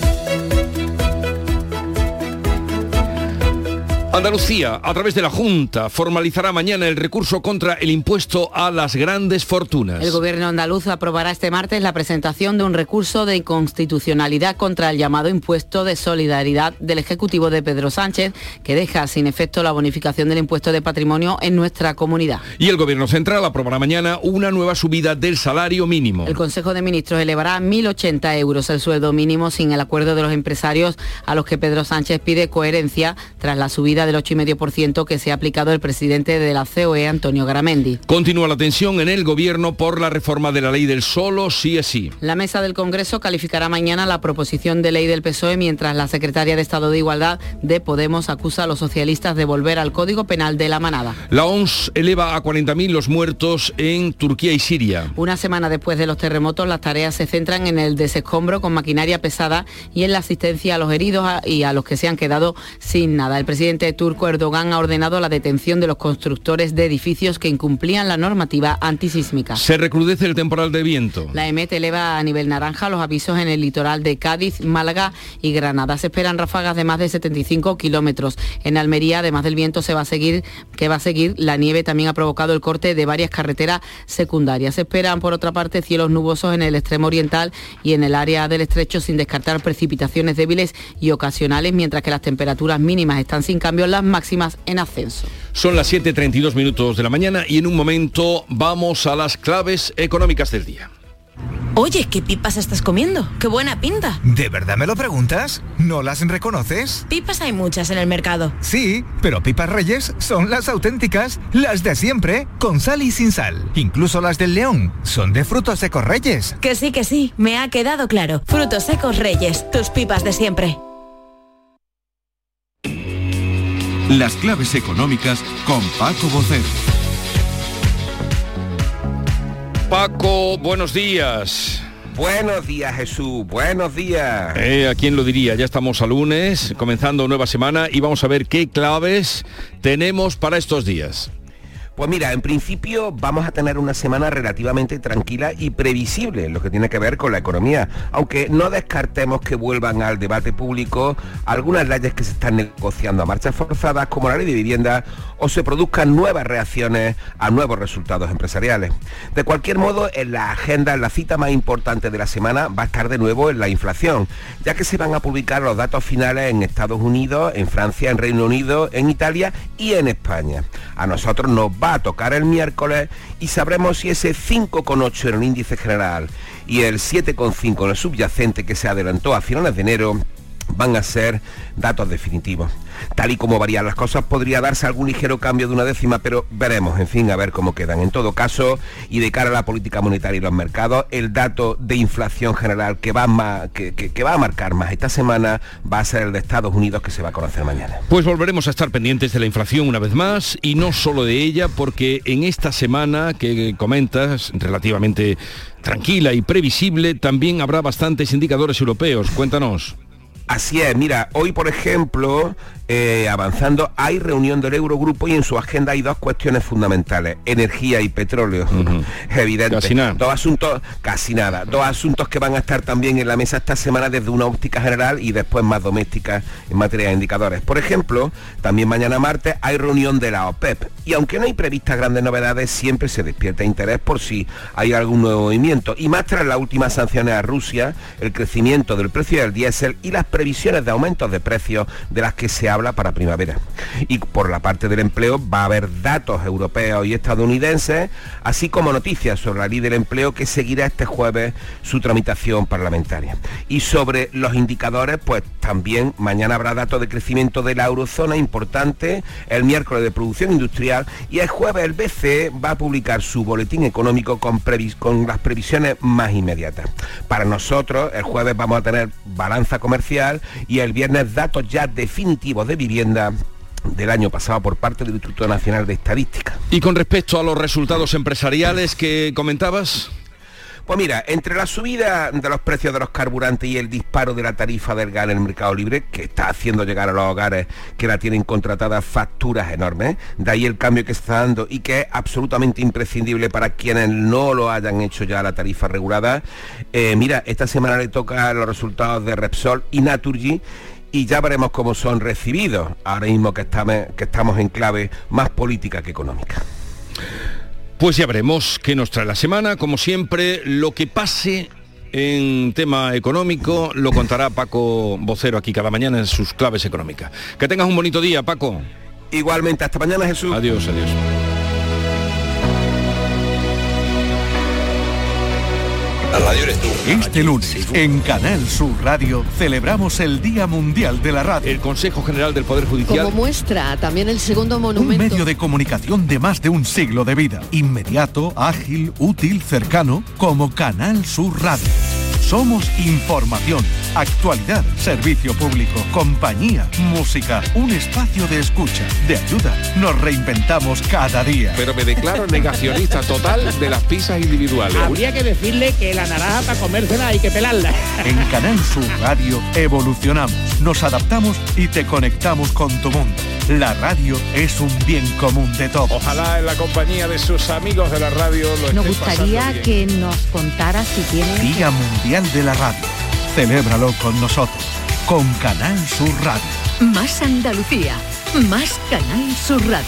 Andalucía, a través de la Junta, formalizará mañana el recurso contra el impuesto a las grandes fortunas. El gobierno andaluz aprobará este martes la presentación de un recurso de inconstitucionalidad contra el llamado impuesto de solidaridad del Ejecutivo de Pedro Sánchez, que deja sin efecto la bonificación del impuesto de patrimonio en nuestra comunidad. Y el gobierno central aprobará mañana una nueva subida del salario mínimo. El Consejo de Ministros elevará a mil ochenta euros el sueldo mínimo sin el acuerdo de los empresarios, a los que Pedro Sánchez pide coherencia tras la subida del ocho coma cinco por ciento que se ha aplicado el presidente de la C O E, Antonio Garamendi. Continúa la tensión en el gobierno por la reforma de la ley del solo sí es sí. La mesa del Congreso calificará mañana la proposición de ley del P S O E, mientras la secretaria de Estado de Igualdad de Podemos acusa a los socialistas de volver al Código Penal de la manada. La O M S eleva a cuarenta mil los muertos en Turquía y Siria. Una semana después de los terremotos, las tareas se centran en el desescombro con maquinaria pesada y en la asistencia a los heridos y a los que se han quedado sin nada. El presidente turco Erdogan ha ordenado la detención de los constructores de edificios que incumplían la normativa antisísmica. Se recrudece el temporal de viento. La E M E T eleva a nivel naranja los avisos en el litoral de Cádiz, Málaga y Granada. Se esperan ráfagas de más de setenta y cinco kilómetros. En Almería, además del viento se va a seguir, que va a seguir, la nieve también ha provocado el corte de varias carreteras secundarias. Se esperan, por otra parte, cielos nubosos en el extremo oriental y en el área del estrecho, sin descartar precipitaciones débiles y ocasionales, mientras que las temperaturas mínimas están sin cambio, las máximas en ascenso. Son las siete y treinta y dos minutos de la mañana y en un momento vamos a las claves económicas del día. Oye, ¿qué pipas estás comiendo? ¡Qué buena pinta! ¿De verdad me lo preguntas? ¿No las reconoces? Pipas hay muchas en el mercado. Sí, pero Pipas Reyes son las auténticas, las de siempre, con sal y sin sal. Incluso las del León son de frutos secos Reyes. Que sí, que sí, me ha quedado claro. Frutos secos Reyes, tus pipas de siempre. Las claves económicas con Paco Bocero. Paco, buenos días. Buenos días, Jesús, buenos días. Eh, ¿a quién lo diría? Ya estamos a lunes, comenzando nueva semana y vamos a ver qué claves tenemos para estos días. Pues mira, en principio vamos a tener una semana relativamente tranquila y previsible en lo que tiene que ver con la economía, aunque no descartemos que vuelvan al debate público algunas leyes que se están negociando a marchas forzadas, como la ley de vivienda, o se produzcan nuevas reacciones a nuevos resultados empresariales. De cualquier modo, en la agenda, la cita más importante de la semana va a estar de nuevo en la inflación, ya que se van a publicar los datos finales en Estados Unidos, en Francia, en Reino Unido, en Italia y en España. A nosotros nos va a tocar el miércoles y sabremos si ese cinco coma ocho en el índice general y el siete coma cinco en el subyacente que se adelantó a finales de enero van a ser datos definitivos. Tal y como varían las cosas, podría darse algún ligero cambio de una décima, pero veremos, en fin, a ver cómo quedan. En todo caso, y de cara a la política monetaria y los mercados, el dato de inflación general que va, más, que, que, que va a marcar más esta semana va a ser el de Estados Unidos, que se va a conocer mañana. Pues volveremos a estar pendientes de la inflación una vez más, y no solo de ella, porque en esta semana que comentas, relativamente tranquila y previsible, también habrá bastantes indicadores europeos. Cuéntanos. Así es, mira, hoy por ejemplo eh, avanzando. Hay reunión del Eurogrupo y en su agenda hay dos cuestiones fundamentales: energía y petróleo. Uh-huh. Evidente. Casi nada. Dos asuntos, casi nada. Dos asuntos que van a estar también en la mesa esta semana desde una óptica general y después más doméstica en materia de indicadores. Por ejemplo, también mañana martes hay reunión de la OPEP y aunque no hay previstas grandes novedades, siempre se despierta interés por si hay algún nuevo movimiento, y más tras las últimas sanciones a Rusia, el crecimiento del precio del diésel y las previsiones de aumentos de precios de las que se habla para primavera. Y por la parte del empleo va a haber datos europeos y estadounidenses, así como noticias sobre la ley del empleo que seguirá este jueves su tramitación parlamentaria. Y sobre los indicadores, pues también mañana habrá datos de crecimiento de la eurozona importante, el miércoles de producción industrial y el jueves el B C E va a publicar su boletín económico con, previs- con las previsiones más inmediatas. Para nosotros el jueves vamos a tener balanza comercial y el viernes datos ya definitivos de vivienda del año pasado por parte del Instituto Nacional de Estadística. Y con respecto a los resultados empresariales que comentabas... Pues mira, entre la subida de los precios de los carburantes y el disparo de la tarifa del gas en el mercado libre, que está haciendo llegar a los hogares que la tienen contratada facturas enormes, de ahí el cambio que se está dando y que es absolutamente imprescindible para quienes no lo hayan hecho ya la tarifa regulada. Eh, mira, esta semana le toca los resultados de Repsol y Naturgy, y ya veremos cómo son recibidos, ahora mismo que estamos, que estamos en clave más política que económica. Pues ya veremos qué nos trae la semana. Como siempre, lo que pase en tema económico lo contará Paco Vocero aquí cada mañana en sus claves económicas. Que tengas un bonito día, Paco. Igualmente, hasta mañana, Jesús. Adiós, adiós. La radio eres tú. Este lunes, en Canal Sur Radio, celebramos el Día Mundial de la Radio. El Consejo General del Poder Judicial... Como muestra también el segundo monumento... Un medio de comunicación de más de un siglo de vida. Inmediato, ágil, útil, cercano, como Canal Sur Radio. Somos información, actualidad, servicio público, compañía, música, un espacio de escucha, de ayuda. Nos reinventamos cada día. Pero me declaro negacionista total de las pizzas individuales. Habría que decirle que la naranja para comérsela hay que pelarla. En Canal Sur Radio evolucionamos, nos adaptamos y te conectamos con tu mundo. La radio es un bien común de todos. Ojalá en la compañía de sus amigos de la radio lo Nos gustaría que nos contara si tiene... Día Mundial de la Radio. Celébralo con nosotros, con Canal Sur Radio. Más Andalucía, más Canal Sur Radio.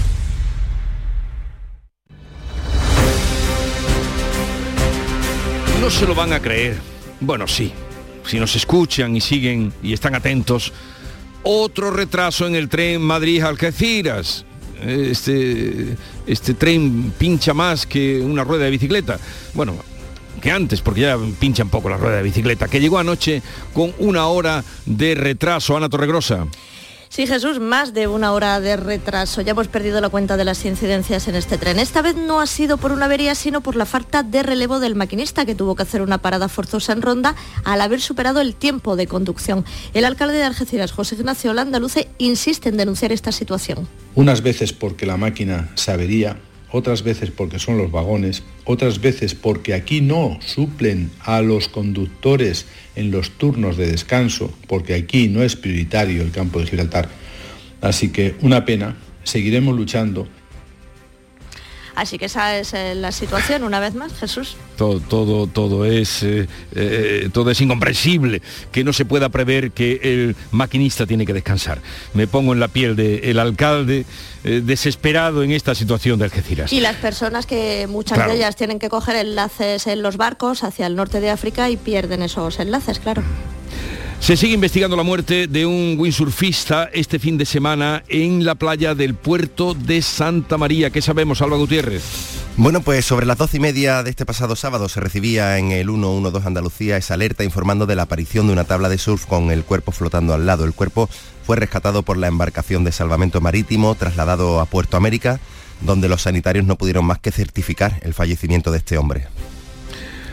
No se lo van a creer. Bueno, sí. Si nos escuchan y siguen y están atentos, otro retraso en el tren Madrid-Algeciras. Este, este tren pincha más que una rueda de bicicleta. Bueno, que antes, porque ya pincha un poco la rueda de bicicleta, que llegó anoche con una hora de retraso. Ana Torregrosa. Sí, Jesús, más de una hora de retraso. Ya hemos perdido la cuenta de las incidencias en este tren. Esta vez no ha sido por una avería, sino por la falta de relevo del maquinista, que tuvo que hacer una parada forzosa en Ronda al haber superado el tiempo de conducción. El alcalde de Algeciras, José Ignacio Landaluce, insiste en denunciar esta situación. Unas veces porque la máquina se avería, otras veces porque son los vagones, otras veces porque aquí no suplen a los conductores en los turnos de descanso, porque aquí no es prioritario el campo de Gibraltar. Así que una pena, seguiremos luchando. Así que esa es eh, la situación, una vez más, Jesús. Todo, todo, todo es eh, eh, todo es incomprensible, que no se pueda prever que el maquinista tiene que descansar. Me pongo en la piel del alcalde eh, desesperado en esta situación de Algeciras. Y las personas que muchas claro. de ellas tienen que coger enlaces en los barcos hacia el norte de África y pierden esos enlaces, claro. Se sigue investigando la muerte de un windsurfista este fin de semana en la playa del puerto de Santa María. ¿Qué sabemos, Alba Gutiérrez? Bueno, pues sobre las doce y media de este pasado sábado se recibía en el uno uno dos Andalucía esa alerta informando de la aparición de una tabla de surf con el cuerpo flotando al lado. El cuerpo fue rescatado por la embarcación de salvamento marítimo, trasladado a Puerto América, donde los sanitarios no pudieron más que certificar el fallecimiento de este hombre.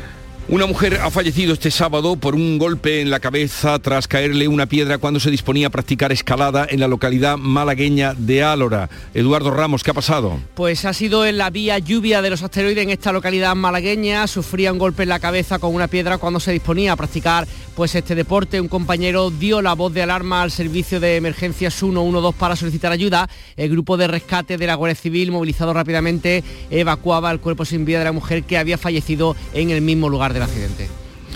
Una mujer ha fallecido este sábado por un golpe en la cabeza tras caerle una piedra cuando se disponía a practicar escalada en la localidad malagueña de Álora. Eduardo Ramos, ¿qué ha pasado? Pues ha sido en la vía Lluvia de los Asteroides en esta localidad malagueña. Sufría un golpe en la cabeza con una piedra cuando se disponía a practicar pues este deporte. Un compañero dio la voz de alarma al servicio de emergencias ciento doce para solicitar ayuda. El grupo de rescate de la Guardia Civil, movilizado rápidamente, evacuaba el cuerpo sin vida de la mujer que había fallecido en el mismo lugar del accidente.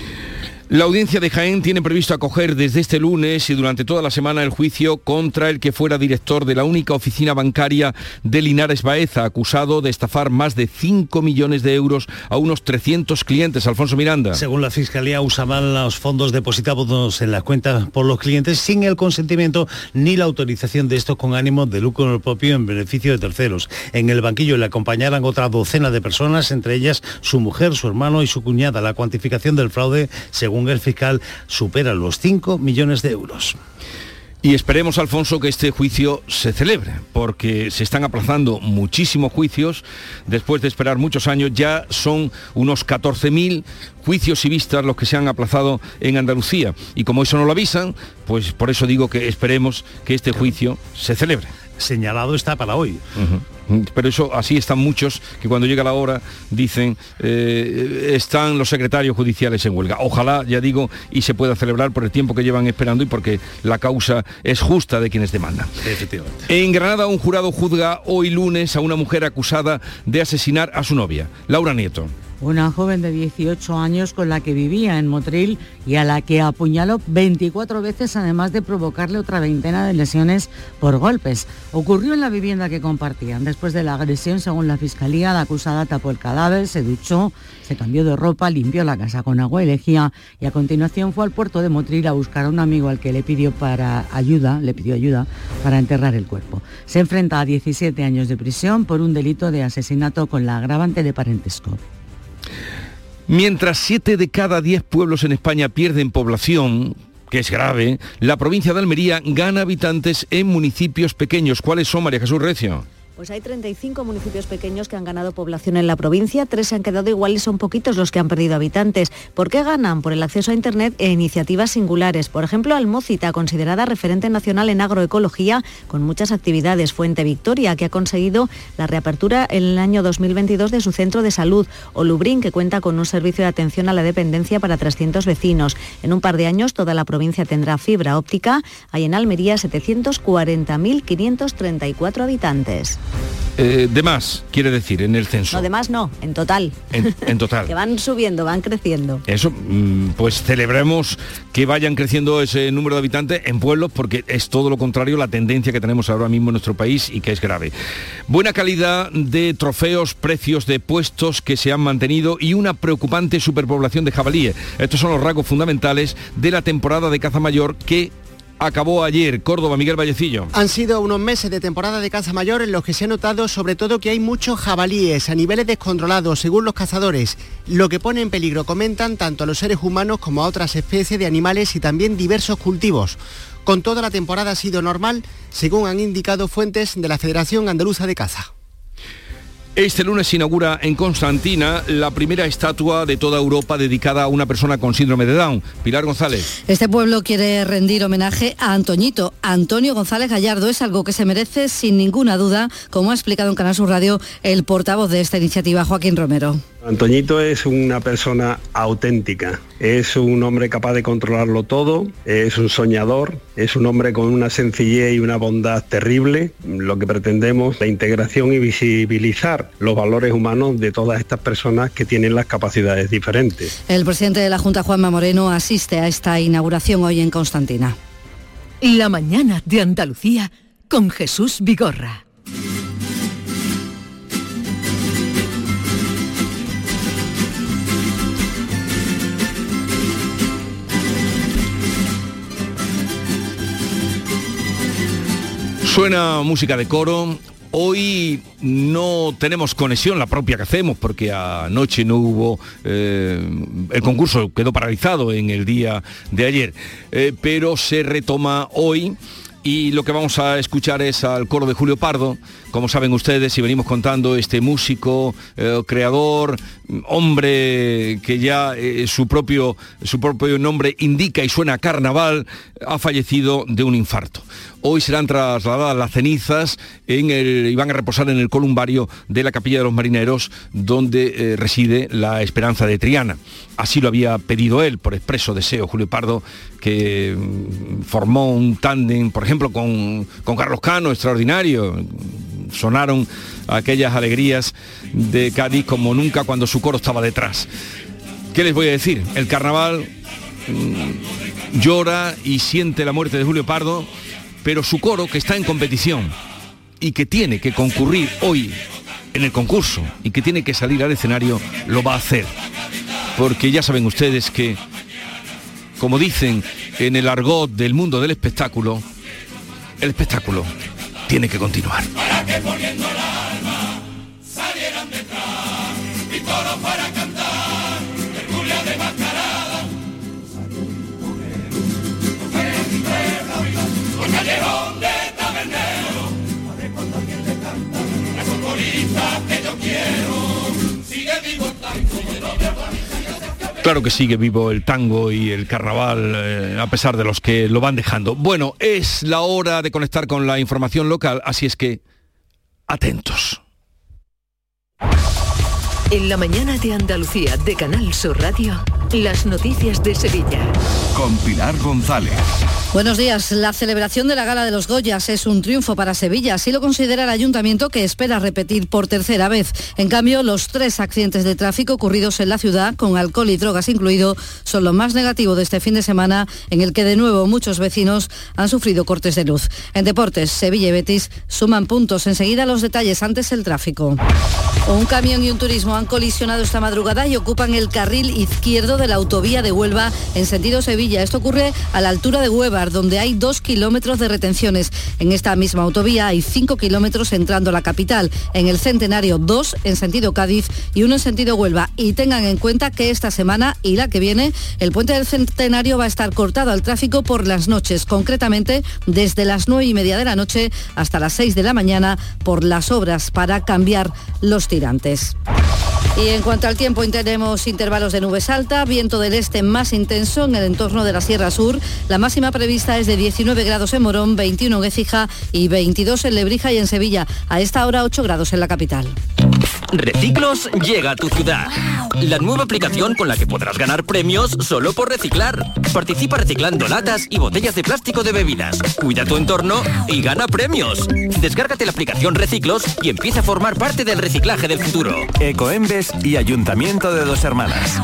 La audiencia de Jaén tiene previsto acoger desde este lunes y durante toda la semana el juicio contra el que fuera director de la única oficina bancaria de Linares Baeza, acusado de estafar más de cinco millones de euros a unos trescientos clientes. Alfonso Miranda. Según la Fiscalía, usaban los fondos depositados en las cuentas por los clientes sin el consentimiento ni la autorización de estos con ánimo de lucro propio en beneficio de terceros. En el banquillo le acompañaran otra docena de personas, entre ellas su mujer, su hermano y su cuñada. La cuantificación del fraude, según el fiscal, supera los cinco millones de euros. Y esperemos, Alfonso, que este juicio se celebre, porque se están aplazando muchísimos juicios. Después de esperar muchos años, ya son unos catorce mil juicios y vistas los que se han aplazado en Andalucía. Y como eso no lo avisan, pues por eso digo que esperemos que este juicio se celebre. Señalado está para hoy. Uh-huh. Pero eso, así están muchos que cuando llega la hora dicen eh, están los secretarios judiciales en huelga. Ojalá, ya digo, y se pueda celebrar por el tiempo que llevan esperando y porque la causa es justa de quienes demandan. Efectivamente. En Granada, un jurado juzga hoy lunes a una mujer acusada de asesinar a su novia, Laura Nieto. Una joven de dieciocho años con la que vivía en Motril y a la que apuñaló veinticuatro veces, además de provocarle otra veintena de lesiones por golpes. Ocurrió en la vivienda que compartían. Después de la agresión, según la Fiscalía, la acusada tapó el cadáver, se duchó, se cambió de ropa, limpió la casa con agua y lejía y a continuación fue al puerto de Motril a buscar a un amigo al que le pidió para ayuda, le pidió ayuda para enterrar el cuerpo. Se enfrenta a diecisiete años de prisión por un delito de asesinato con la agravante de parentesco. Mientras siete de cada diez pueblos en España pierden población, que es grave, la provincia de Almería gana habitantes en municipios pequeños. ¿Cuáles son, María Jesús Recio? Pues hay treinta y cinco municipios pequeños que han ganado población en la provincia, tres se han quedado iguales, son poquitos los que han perdido habitantes. ¿Por qué ganan? Por el acceso a Internet e iniciativas singulares. Por ejemplo, Almócita, considerada referente nacional en agroecología, con muchas actividades. Fuente Victoria, que ha conseguido la reapertura en el año dos mil veintidós de su centro de salud. O Lubrín, que cuenta con un servicio de atención a la dependencia para trescientos vecinos. En un par de años toda la provincia tendrá fibra óptica. Hay en Almería setecientos cuarenta mil quinientos treinta y cuatro habitantes. Eh, de más, quiere decir, en el censo. No, de más no, en total. En, en total. Que van subiendo, van creciendo. Eso, pues celebremos que vayan creciendo ese número de habitantes en pueblos, porque es todo lo contrario la tendencia que tenemos ahora mismo en nuestro país y que es grave. Buena calidad de trofeos, precios de puestos que se han mantenido y una preocupante superpoblación de jabalíes. Estos son los rasgos fundamentales de la temporada de caza mayor que acabó ayer. Córdoba, Miguel Vallecillo. Han sido unos meses de temporada de caza mayor en los que se ha notado sobre todo que hay muchos jabalíes a niveles descontrolados, según los cazadores, lo que pone en peligro, comentan, tanto a los seres humanos como a otras especies de animales y también diversos cultivos. Con toda la temporada ha sido normal, según han indicado fuentes de la Federación Andaluza de Caza. Este lunes se inaugura en Constantina la primera estatua de toda Europa dedicada a una persona con síndrome de Down. Pilar González. Este pueblo quiere rendir homenaje a Antoñito. Antonio González Gallardo es algo que se merece sin ninguna duda, como ha explicado en Canal Sur Radio el portavoz de esta iniciativa, Joaquín Romero. Antoñito es una persona auténtica, es un hombre capaz de controlarlo todo, es un soñador, es un hombre con una sencillez y una bondad terrible. Lo que pretendemos es la integración y visibilizar los valores humanos de todas estas personas que tienen las capacidades diferentes. El presidente de la Junta, Juanma Moreno, asiste a esta inauguración hoy en Constantina. La mañana de Andalucía con Jesús Vigorra. Suena música de coro. Hoy no tenemos conexión, la propia que hacemos, porque anoche no hubo, eh, el concurso quedó paralizado en el día de ayer, eh, pero se retoma hoy Y lo que vamos a escuchar es al coro de Julio Pardo. Como saben ustedes, y venimos contando, este músico, eh, creador, hombre que ya eh, su, propio, su propio nombre indica y suena a carnaval, ha fallecido de un infarto. Hoy serán trasladadas las cenizas en el, y van a reposar en el columbario de la Capilla de los Marineros, donde eh, reside la Esperanza de Triana. Así lo había pedido él, por expreso deseo, Julio Pardo, que mm, formó un tándem, por ejemplo, con, con Carlos Cano, extraordinario. Sonaron aquellas alegrías de Cádiz como nunca cuando su coro estaba detrás. ¿Qué les voy a decir? El carnaval mmm, llora y siente la muerte de Julio Pardo, pero su coro, que está en competición y que tiene que concurrir hoy en el concurso y que tiene que salir al escenario, lo va a hacer. Porque ya saben ustedes que, como dicen en el argot del mundo del espectáculo, el espectáculo tiene que continuar. Para que poniendo la alma salieran detrás y todos para cantar Tertulia de mascarada. Un callejón de tabernero, a ver cuando alguien le canta la futbolista que yo quiero. Sigue vivo el tango. Claro que sigue vivo el tango y el carnaval, eh, a pesar de los que lo van dejando. Bueno, es la hora de conectar con la información local, así es que atentos. En la mañana de Andalucía de Canal Sur Radio, las noticias de Sevilla. Con Pilar González. Buenos días. La celebración de la Gala de los Goyas es un triunfo para Sevilla. Así lo considera el ayuntamiento, que espera repetir por tercera vez. En cambio, los tres accidentes de tráfico ocurridos en la ciudad, con alcohol y drogas incluido, son lo más negativo de este fin de semana, en el que de nuevo muchos vecinos han sufrido cortes de luz. En deportes, Sevilla y Betis suman puntos. Enseguida los detalles, antes el tráfico. Un camión y un turismo han colisionado esta madrugada y ocupan el carril izquierdo de la autovía de Huelva en sentido Sevilla. Esto ocurre a la altura de Huevar, donde hay dos kilómetros de retenciones. En esta misma autovía hay cinco kilómetros entrando a la capital. En el Centenario, dos en sentido Cádiz y uno en sentido Huelva. Y tengan en cuenta que esta semana y la que viene, el puente del Centenario va a estar cortado al tráfico por las noches, concretamente desde las nueve y media de la noche hasta las seis de la mañana, por las obras para cambiar los tirantes. Y en cuanto al tiempo, tenemos intervalos de nubes alta, viento del este más intenso en el entorno de la Sierra Sur. La máxima prevista es de diecinueve grados en Morón, veintiuno en Écija y veintidós en Lebrija y en Sevilla. A esta hora ocho grados en la capital. Reciclos llega a tu ciudad. La nueva aplicación con la que podrás ganar premios solo por reciclar. Participa reciclando latas y botellas de plástico de bebidas. Cuida tu entorno y gana premios. Descárgate la aplicación Reciclos y empieza a formar parte del reciclaje del futuro. Ecoembes y Ayuntamiento de Dos Hermanas.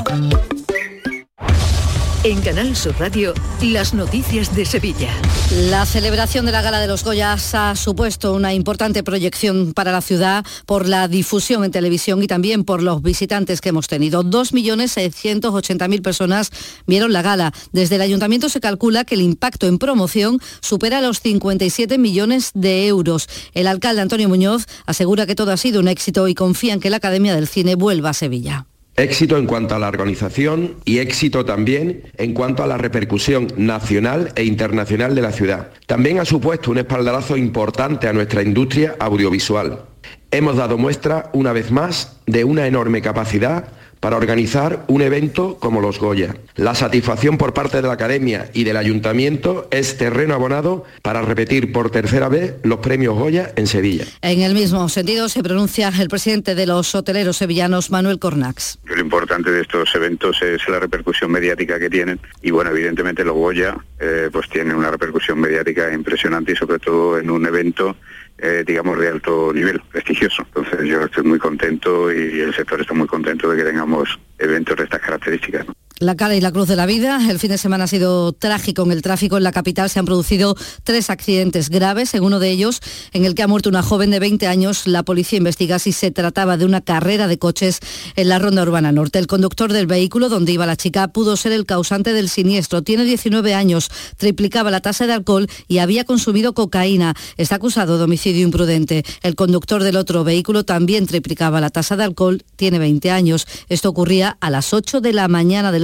En Canal Sur Radio, las noticias de Sevilla. La celebración de la Gala de los Goyas ha supuesto una importante proyección para la ciudad por la difusión en televisión y también por los visitantes que hemos tenido. dos millones seiscientos ochenta mil personas vieron la gala. Desde el Ayuntamiento se calcula que el impacto en promoción supera los cincuenta y siete millones de euros. El alcalde Antonio Muñoz asegura que todo ha sido un éxito y confía en que la Academia del Cine vuelva a Sevilla. Éxito en cuanto a la organización y éxito también en cuanto a la repercusión nacional e internacional de la ciudad. También ha supuesto un espaldarazo importante a nuestra industria audiovisual. Hemos dado muestra, una vez más, de una enorme capacidad para organizar un evento como los Goya. La satisfacción por parte de la Academia y del Ayuntamiento es terreno abonado para repetir por tercera vez los premios Goya en Sevilla. En el mismo sentido se pronuncia el presidente de los hoteleros sevillanos, Manuel Cornax. Lo importante de estos eventos es la repercusión mediática que tienen y bueno, evidentemente los Goya eh, pues tienen una repercusión mediática impresionante y sobre todo en un evento Eh, digamos de alto nivel, prestigioso. Entonces yo estoy muy contento y el sector está muy contento de que tengamos eventos de estas características, ¿no? La Cara y la Cruz de la Vida. El fin de semana ha sido trágico en el tráfico. En la capital se han producido tres accidentes graves, en uno de ellos en el que ha muerto una joven de veinte años. La policía investiga si se trataba de una carrera de coches en la Ronda Urbana Norte. El conductor del vehículo donde iba la chica pudo ser el causante del siniestro. Tiene diecinueve años, triplicaba la tasa de alcohol y había consumido cocaína. Está acusado de homicidio imprudente. El conductor del otro vehículo también triplicaba la tasa de alcohol, tiene veinte años. Esto ocurría a las ocho de la mañana del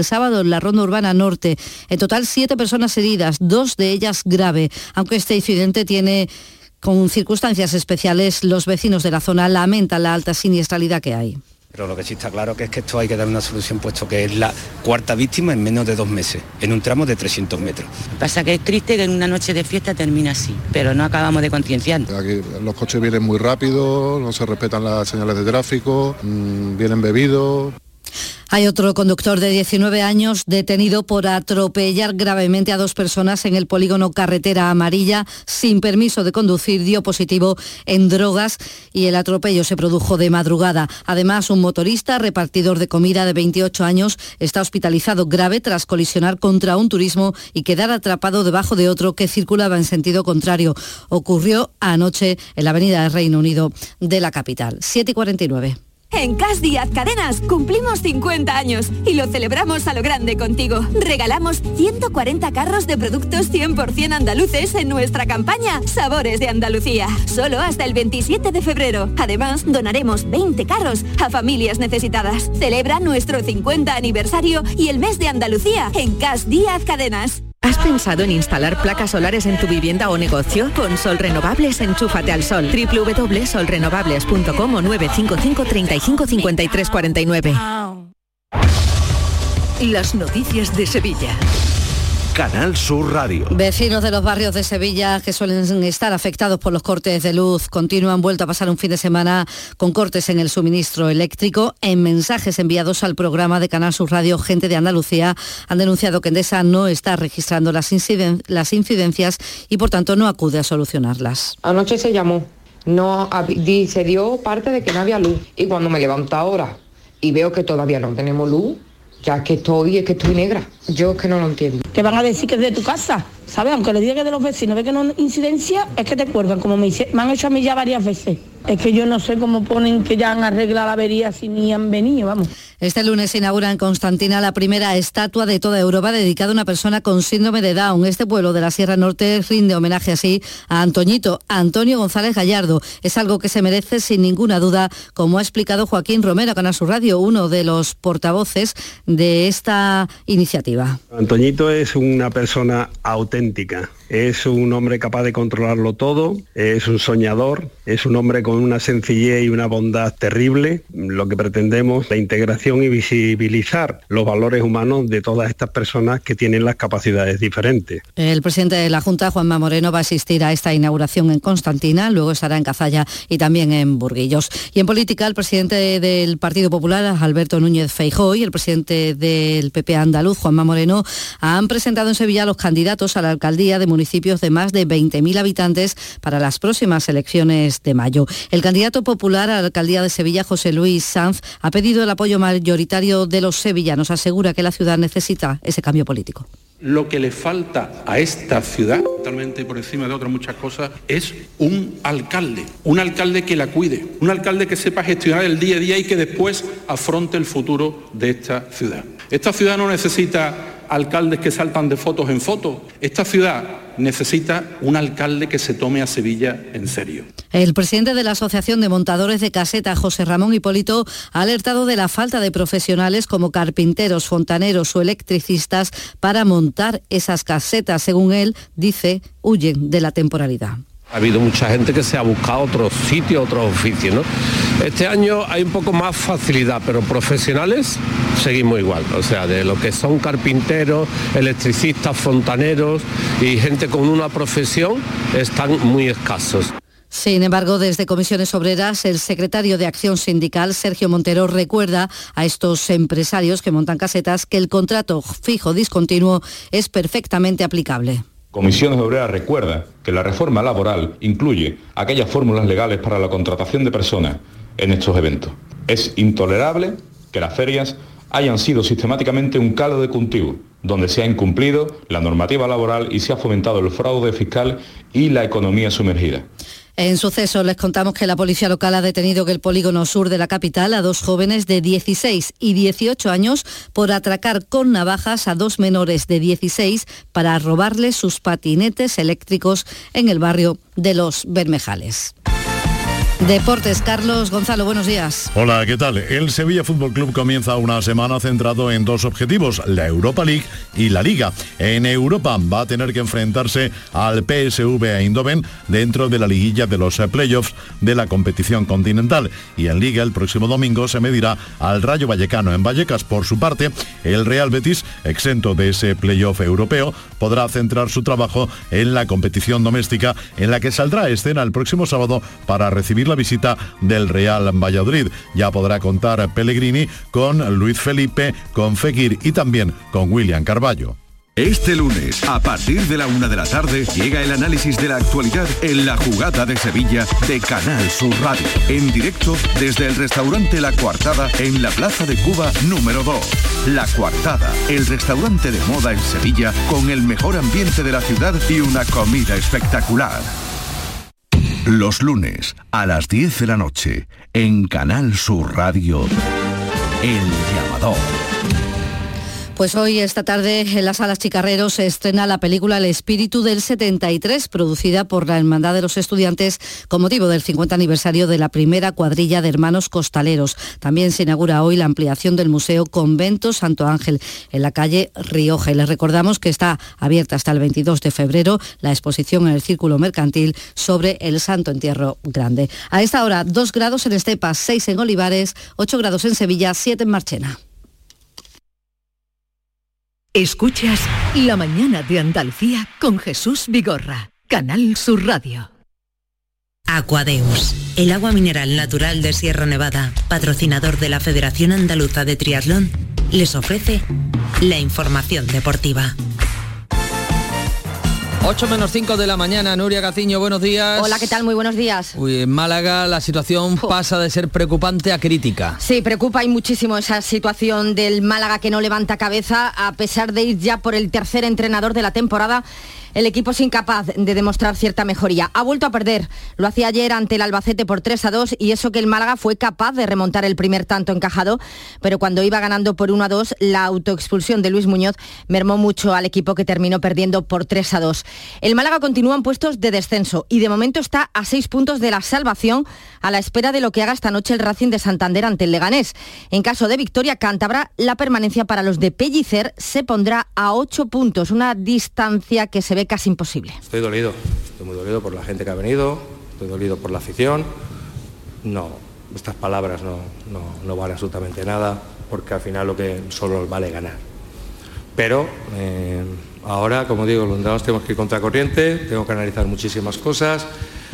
el sábado en la Ronda Urbana Norte. En total, siete personas heridas, dos de ellas grave. Aunque este incidente tiene con circunstancias especiales, los vecinos de la zona lamentan la alta siniestralidad que hay. Pero lo que sí está claro que es que esto hay que dar una solución, puesto que es la cuarta víctima en menos de dos meses, en un tramo de trescientos metros. Pasa que es triste que en una noche de fiesta termine así, pero no acabamos de concienciar. Aquí los coches vienen muy rápido, no se respetan las señales de tráfico, mmm, vienen bebidos. Hay otro conductor de diecinueve años detenido por atropellar gravemente a dos personas en el polígono Carretera Amarilla sin permiso de conducir. Dio positivo en drogas y el atropello se produjo de madrugada. Además, un motorista repartidor de comida de veintiocho años está hospitalizado grave tras colisionar contra un turismo y quedar atrapado debajo de otro que circulaba en sentido contrario. Ocurrió anoche en la avenida del Reino Unido de la capital. siete y cuarenta y nueve. En Cash Díaz Cadenas cumplimos cincuenta años y lo celebramos a lo grande contigo. Regalamos ciento cuarenta carros de productos cien por ciento andaluces en nuestra campaña Sabores de Andalucía. Solo hasta el veintisiete de febrero. Además, donaremos veinte carros a familias necesitadas. Celebra nuestro cincuenta aniversario y el mes de Andalucía en Cash Díaz Cadenas. ¿Has pensado en instalar placas solares en tu vivienda o negocio? Con Sol Renovables, enchúfate al sol. doble u doble u doble u punto sol renovables punto com o nueve cinco cinco, treinta y cinco, cincuenta y tres cuarenta y nueve. Las noticias de Sevilla. Canal Sur Radio. Vecinos de los barrios de Sevilla que suelen estar afectados por los cortes de luz continúan vuelto a pasar un fin de semana con cortes en el suministro eléctrico. En mensajes enviados al programa de Canal Sur Radio, gente de Andalucía han denunciado que Endesa no está registrando las, inciden- las incidencias y por tanto no acude a solucionarlas. Anoche se llamó, no hab- se dio parte de que no había luz y cuando me levanto ahora y veo que todavía no tenemos luz, ya que estoy, es que estoy negra. Yo es que no lo entiendo. Que van a decir que es de tu casa, ¿sabes? Aunque le diga que es de los vecinos, ve que no hay incidencia, es que te cuelgan, como me, hice, me han hecho a mí ya varias veces. Es que yo no sé cómo ponen que ya han arreglado la avería si ni han venido, vamos. Este lunes se inaugura en Constantina la primera estatua de toda Europa dedicada a una persona con síndrome de Down. Este pueblo de la Sierra Norte rinde homenaje así a Antoñito, Antonio González Gallardo. Es algo que se merece sin ninguna duda, como ha explicado Joaquín Romero a Canal Sur Radio, uno de los portavoces de esta iniciativa. Antoñito es una persona auténtica, es un hombre capaz de controlarlo todo, es un soñador, es un hombre con una sencillez y una bondad terrible. Lo que pretendemos, la integración y visibilizar los valores humanos de todas estas personas que tienen las capacidades diferentes. El presidente de la Junta, Juanma Moreno, va a asistir a esta inauguración en Constantina, luego estará en Cazalla y también en Burguillos. Y en política, el presidente del Partido Popular, Alberto Núñez Feijóo, y el presidente del P P andaluz, Juanma Moreno, han presentado en Sevilla los candidatos a la alcaldía de municipios de más de veinte mil habitantes para las próximas elecciones de mayo. El candidato popular a la alcaldía de Sevilla, José Luis Sanz, ha pedido el apoyo mayoritario de los sevillanos. Asegura que la ciudad necesita ese cambio político. Lo que le falta a esta ciudad, totalmente por encima de otras muchas cosas, es un alcalde. Un alcalde que la cuide, un alcalde que sepa gestionar el día a día y que después afronte el futuro de esta ciudad. Esta ciudad no necesita alcaldes que saltan de fotos en fotos. Esta ciudad necesita un alcalde que se tome a Sevilla en serio. El presidente de la Asociación de Montadores de Caseta, José Ramón Hipólito, ha alertado de la falta de profesionales como carpinteros, fontaneros o electricistas para montar esas casetas. Según él, dice, huyen de la temporalidad. Ha habido mucha gente que se ha buscado otros sitios, otros oficios, ¿no? Este año hay un poco más facilidad, pero profesionales seguimos igual. O sea, de lo que son carpinteros, electricistas, fontaneros y gente con una profesión están muy escasos. Sin embargo, desde Comisiones Obreras, el secretario de Acción Sindical, Sergio Montero, recuerda a estos empresarios que montan casetas que el contrato fijo discontinuo es perfectamente aplicable. Comisiones Obreras recuerda que la reforma laboral incluye aquellas fórmulas legales para la contratación de personas en estos eventos. Es intolerable que las ferias hayan sido sistemáticamente un caldo de cultivo, donde se ha incumplido la normativa laboral y se ha fomentado el fraude fiscal y la economía sumergida. En Sucesos les contamos que la policía local ha detenido en el polígono sur de la capital a dos jóvenes de dieciséis y dieciocho años por atracar con navajas a dos menores de dieciséis para robarles sus patinetes eléctricos en el barrio de Los Bermejales. Deportes, Carlos Gonzalo, buenos días. Hola, ¿qué tal? El Sevilla Fútbol Club comienza una semana centrado en dos objetivos, la Europa League y la Liga. En Europa va a tener que enfrentarse al P S V Eindhoven dentro de la liguilla de los playoffs de la competición continental. Y en Liga el próximo domingo se medirá al Rayo Vallecano en Vallecas. Por su parte, el Real Betis, exento de ese playoff europeo, podrá centrar su trabajo en la competición doméstica en la que saldrá a escena el próximo sábado para recibir la visita del Real Valladolid. Ya podrá contar Pellegrini con Luis Felipe, con Fekir y también con William Carballo. Este lunes, a partir de la una de la tarde, llega el análisis de la actualidad en La Jugada de Sevilla de Canal Sur Radio. En directo desde el restaurante La Coartada en la Plaza de Cuba número dos. La Coartada, el restaurante de moda en Sevilla con el mejor ambiente de la ciudad y una comida espectacular. Los lunes, a las diez de la noche, en Canal Sur Radio, El Llamador. Pues hoy, esta tarde, en las Salas Chicarreros se estrena la película El espíritu del setenta y tres, producida por la Hermandad de los Estudiantes con motivo del cincuenta aniversario de la primera cuadrilla de hermanos costaleros. También se inaugura hoy la ampliación del Museo Convento Santo Ángel en la calle Rioja. Y les recordamos que está abierta hasta el veintidós de febrero la exposición en el Círculo Mercantil sobre el Santo Entierro Grande. A esta hora, dos grados en Estepas, seis en Olivares, ocho grados en Sevilla, siete en Marchena. Escuchas La mañana de Andalucía con Jesús Vigorra, Canal Sur Radio. Aquadeus, el agua mineral natural de Sierra Nevada, patrocinador de la Federación Andaluza de Triatlón, les ofrece la información deportiva. ocho menos cinco de la mañana, Nuria Gaciño, buenos días. Hola, ¿qué tal? Muy buenos días. Uy, en Málaga la situación Uf. pasa de ser preocupante a crítica. Sí, preocupa y muchísimo esa situación del Málaga que no levanta cabeza, a pesar de ir ya por el tercer entrenador de la temporada. El equipo es incapaz de demostrar cierta mejoría. Ha vuelto a perder. Lo hacía ayer ante el Albacete por tres a dos y eso que el Málaga fue capaz de remontar el primer tanto encajado, pero cuando iba ganando por uno a dos, la autoexpulsión de Luis Muñoz mermó mucho al equipo que terminó perdiendo por tres a dos. El Málaga continúa en puestos de descenso y de momento está a seis puntos de la salvación a la espera de lo que haga esta noche el Racing de Santander ante el Leganés. En caso de victoria cántabra, la permanencia para los de Pellicer se pondrá a ocho puntos, una distancia que se ve casi imposible. Estoy dolido, estoy muy dolido por la gente que ha venido, estoy dolido por la afición. No, estas palabras no, no, no valen absolutamente nada, porque al final lo que solo vale ganar. Pero eh, ahora, como digo, los entrenadores tenemos que ir contracorriente, tengo que analizar muchísimas cosas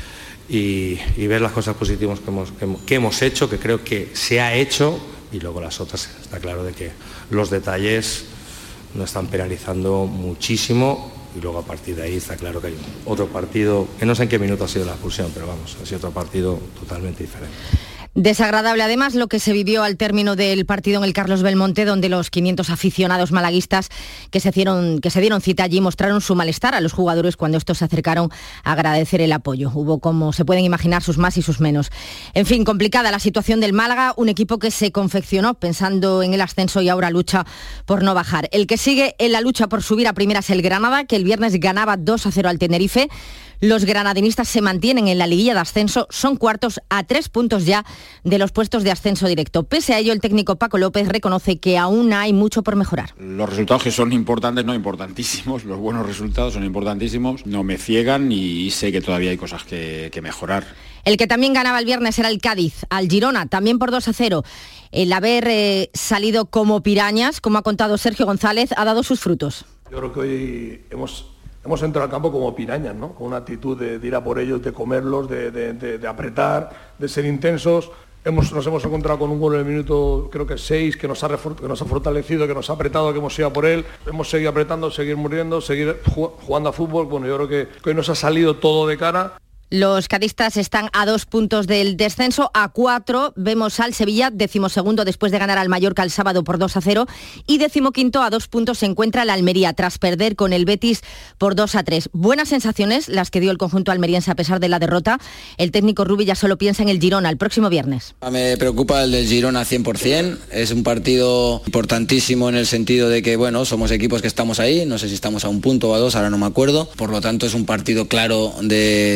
y, y ver las cosas positivas que hemos, que, que hemos hecho, que creo que se ha hecho, y luego las otras, está claro de que los detalles nos están penalizando muchísimo. Y luego a partir de ahí está claro que hay otro partido, que no sé en qué minuto ha sido la expulsión, pero vamos, ha sido otro partido totalmente diferente. Desagradable además lo que se vivió al término del partido en el Carlos Belmonte, donde los quinientos aficionados malaguistas que se, hicieron, que se dieron cita allí mostraron su malestar a los jugadores cuando estos se acercaron a agradecer el apoyo. Hubo, como se pueden imaginar, sus más y sus menos. En fin, complicada la situación del Málaga, un equipo que se confeccionó pensando en el ascenso y ahora lucha por no bajar. El que sigue en la lucha por subir a primera es el Granada, que el viernes ganaba dos a cero al Tenerife. Los granadinistas se mantienen en la liguilla de ascenso, son cuartos a tres puntos ya de los puestos de ascenso directo. Pese a ello, el técnico Paco López reconoce que aún hay mucho por mejorar. Los resultados que son importantes, no importantísimos, los buenos resultados son importantísimos, no me ciegan y sé que todavía hay cosas que, que mejorar. El que también ganaba el viernes era el Cádiz, al Girona, también por dos a cero. El haber eh, salido como pirañas, como ha contado Sergio González, ha dado sus frutos. Yo creo que hoy hemos... Hemos entrado al campo como pirañas, ¿no? Con una actitud de, de ir a por ellos, de comerlos, de, de, de, de apretar, de ser intensos. Hemos, nos hemos encontrado con un gol en el minuto, creo que seis, que nos ha, que nos ha fortalecido, que nos ha apretado, que hemos ido a por él. Hemos seguido apretando, seguir muriendo, seguir jugando a fútbol. Bueno, yo creo que, que hoy nos ha salido todo de cara. Los cadistas están a dos puntos del descenso, a cuatro vemos al Sevilla, decimosegundo después de ganar al Mallorca el sábado por dos a cero, y decimoquinto a dos puntos se encuentra el Almería tras perder con el Betis por dos a tres. Buenas sensaciones las que dio el conjunto almeriense a pesar de la derrota. El técnico Rubi ya solo piensa en el Girona el próximo viernes. Me preocupa el del Girona cien por ciento, es un partido importantísimo en el sentido de que, bueno, somos equipos que estamos ahí, no sé si estamos a un punto o a dos, ahora no me acuerdo, por lo tanto es un partido claro de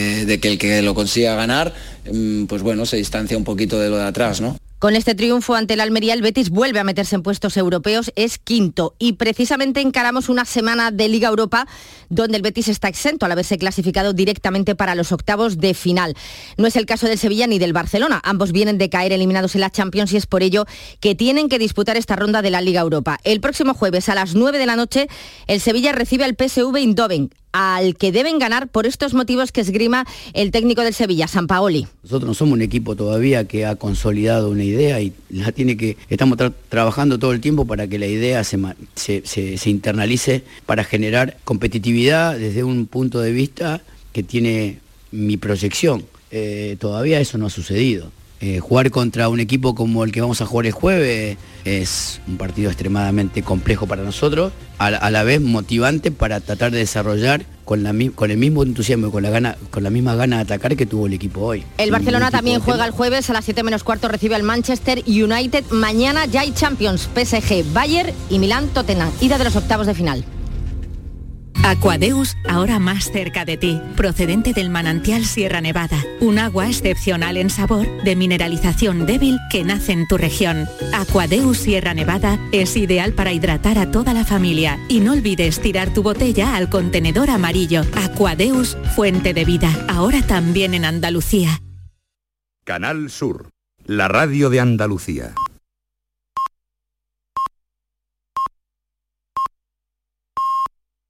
de, de que el que lo consiga ganar, pues bueno, se distancia un poquito de lo de atrás, ¿no? Con este triunfo ante el Almería, el Betis vuelve a meterse en puestos europeos, es quinto. Y precisamente encaramos una semana de Liga Europa donde el Betis está exento al haberse clasificado directamente para los octavos de final. No es el caso del Sevilla ni del Barcelona. Ambos vienen de caer eliminados en la Champions y es por ello que tienen que disputar esta ronda de la Liga Europa. El próximo jueves a las nueve de la noche, el Sevilla recibe al P S V Eindhoven, al que deben ganar por estos motivos que esgrima el técnico del Sevilla, Sampaoli. Nosotros no somos un equipo todavía que ha consolidado una idea y la tiene que estamos tra- trabajando todo el tiempo para que la idea se, se, se, se internalice, para generar competitividad desde un punto de vista que tiene mi proyección. Eh, todavía eso no ha sucedido. Eh, jugar contra un equipo como el que vamos a jugar el jueves es un partido extremadamente complejo para nosotros, a, a la vez motivante para tratar de desarrollar con, la, con el mismo entusiasmo y con la, gana, con la misma gana de atacar que tuvo el equipo hoy. El Barcelona también juega el jueves a las siete menos cuarto, recibe al Manchester United. Mañana ya hay Champions, P S G, Bayern y Milán-Tottenham, ida de los octavos de final. Aquadeus, ahora más cerca de ti, procedente del manantial Sierra Nevada, un agua excepcional en sabor, de mineralización débil que nace en tu región. Aquadeus Sierra Nevada es ideal para hidratar a toda la familia y no olvides tirar tu botella al contenedor amarillo. Aquadeus, fuente de vida, ahora también en Andalucía. Canal Sur, la radio de Andalucía.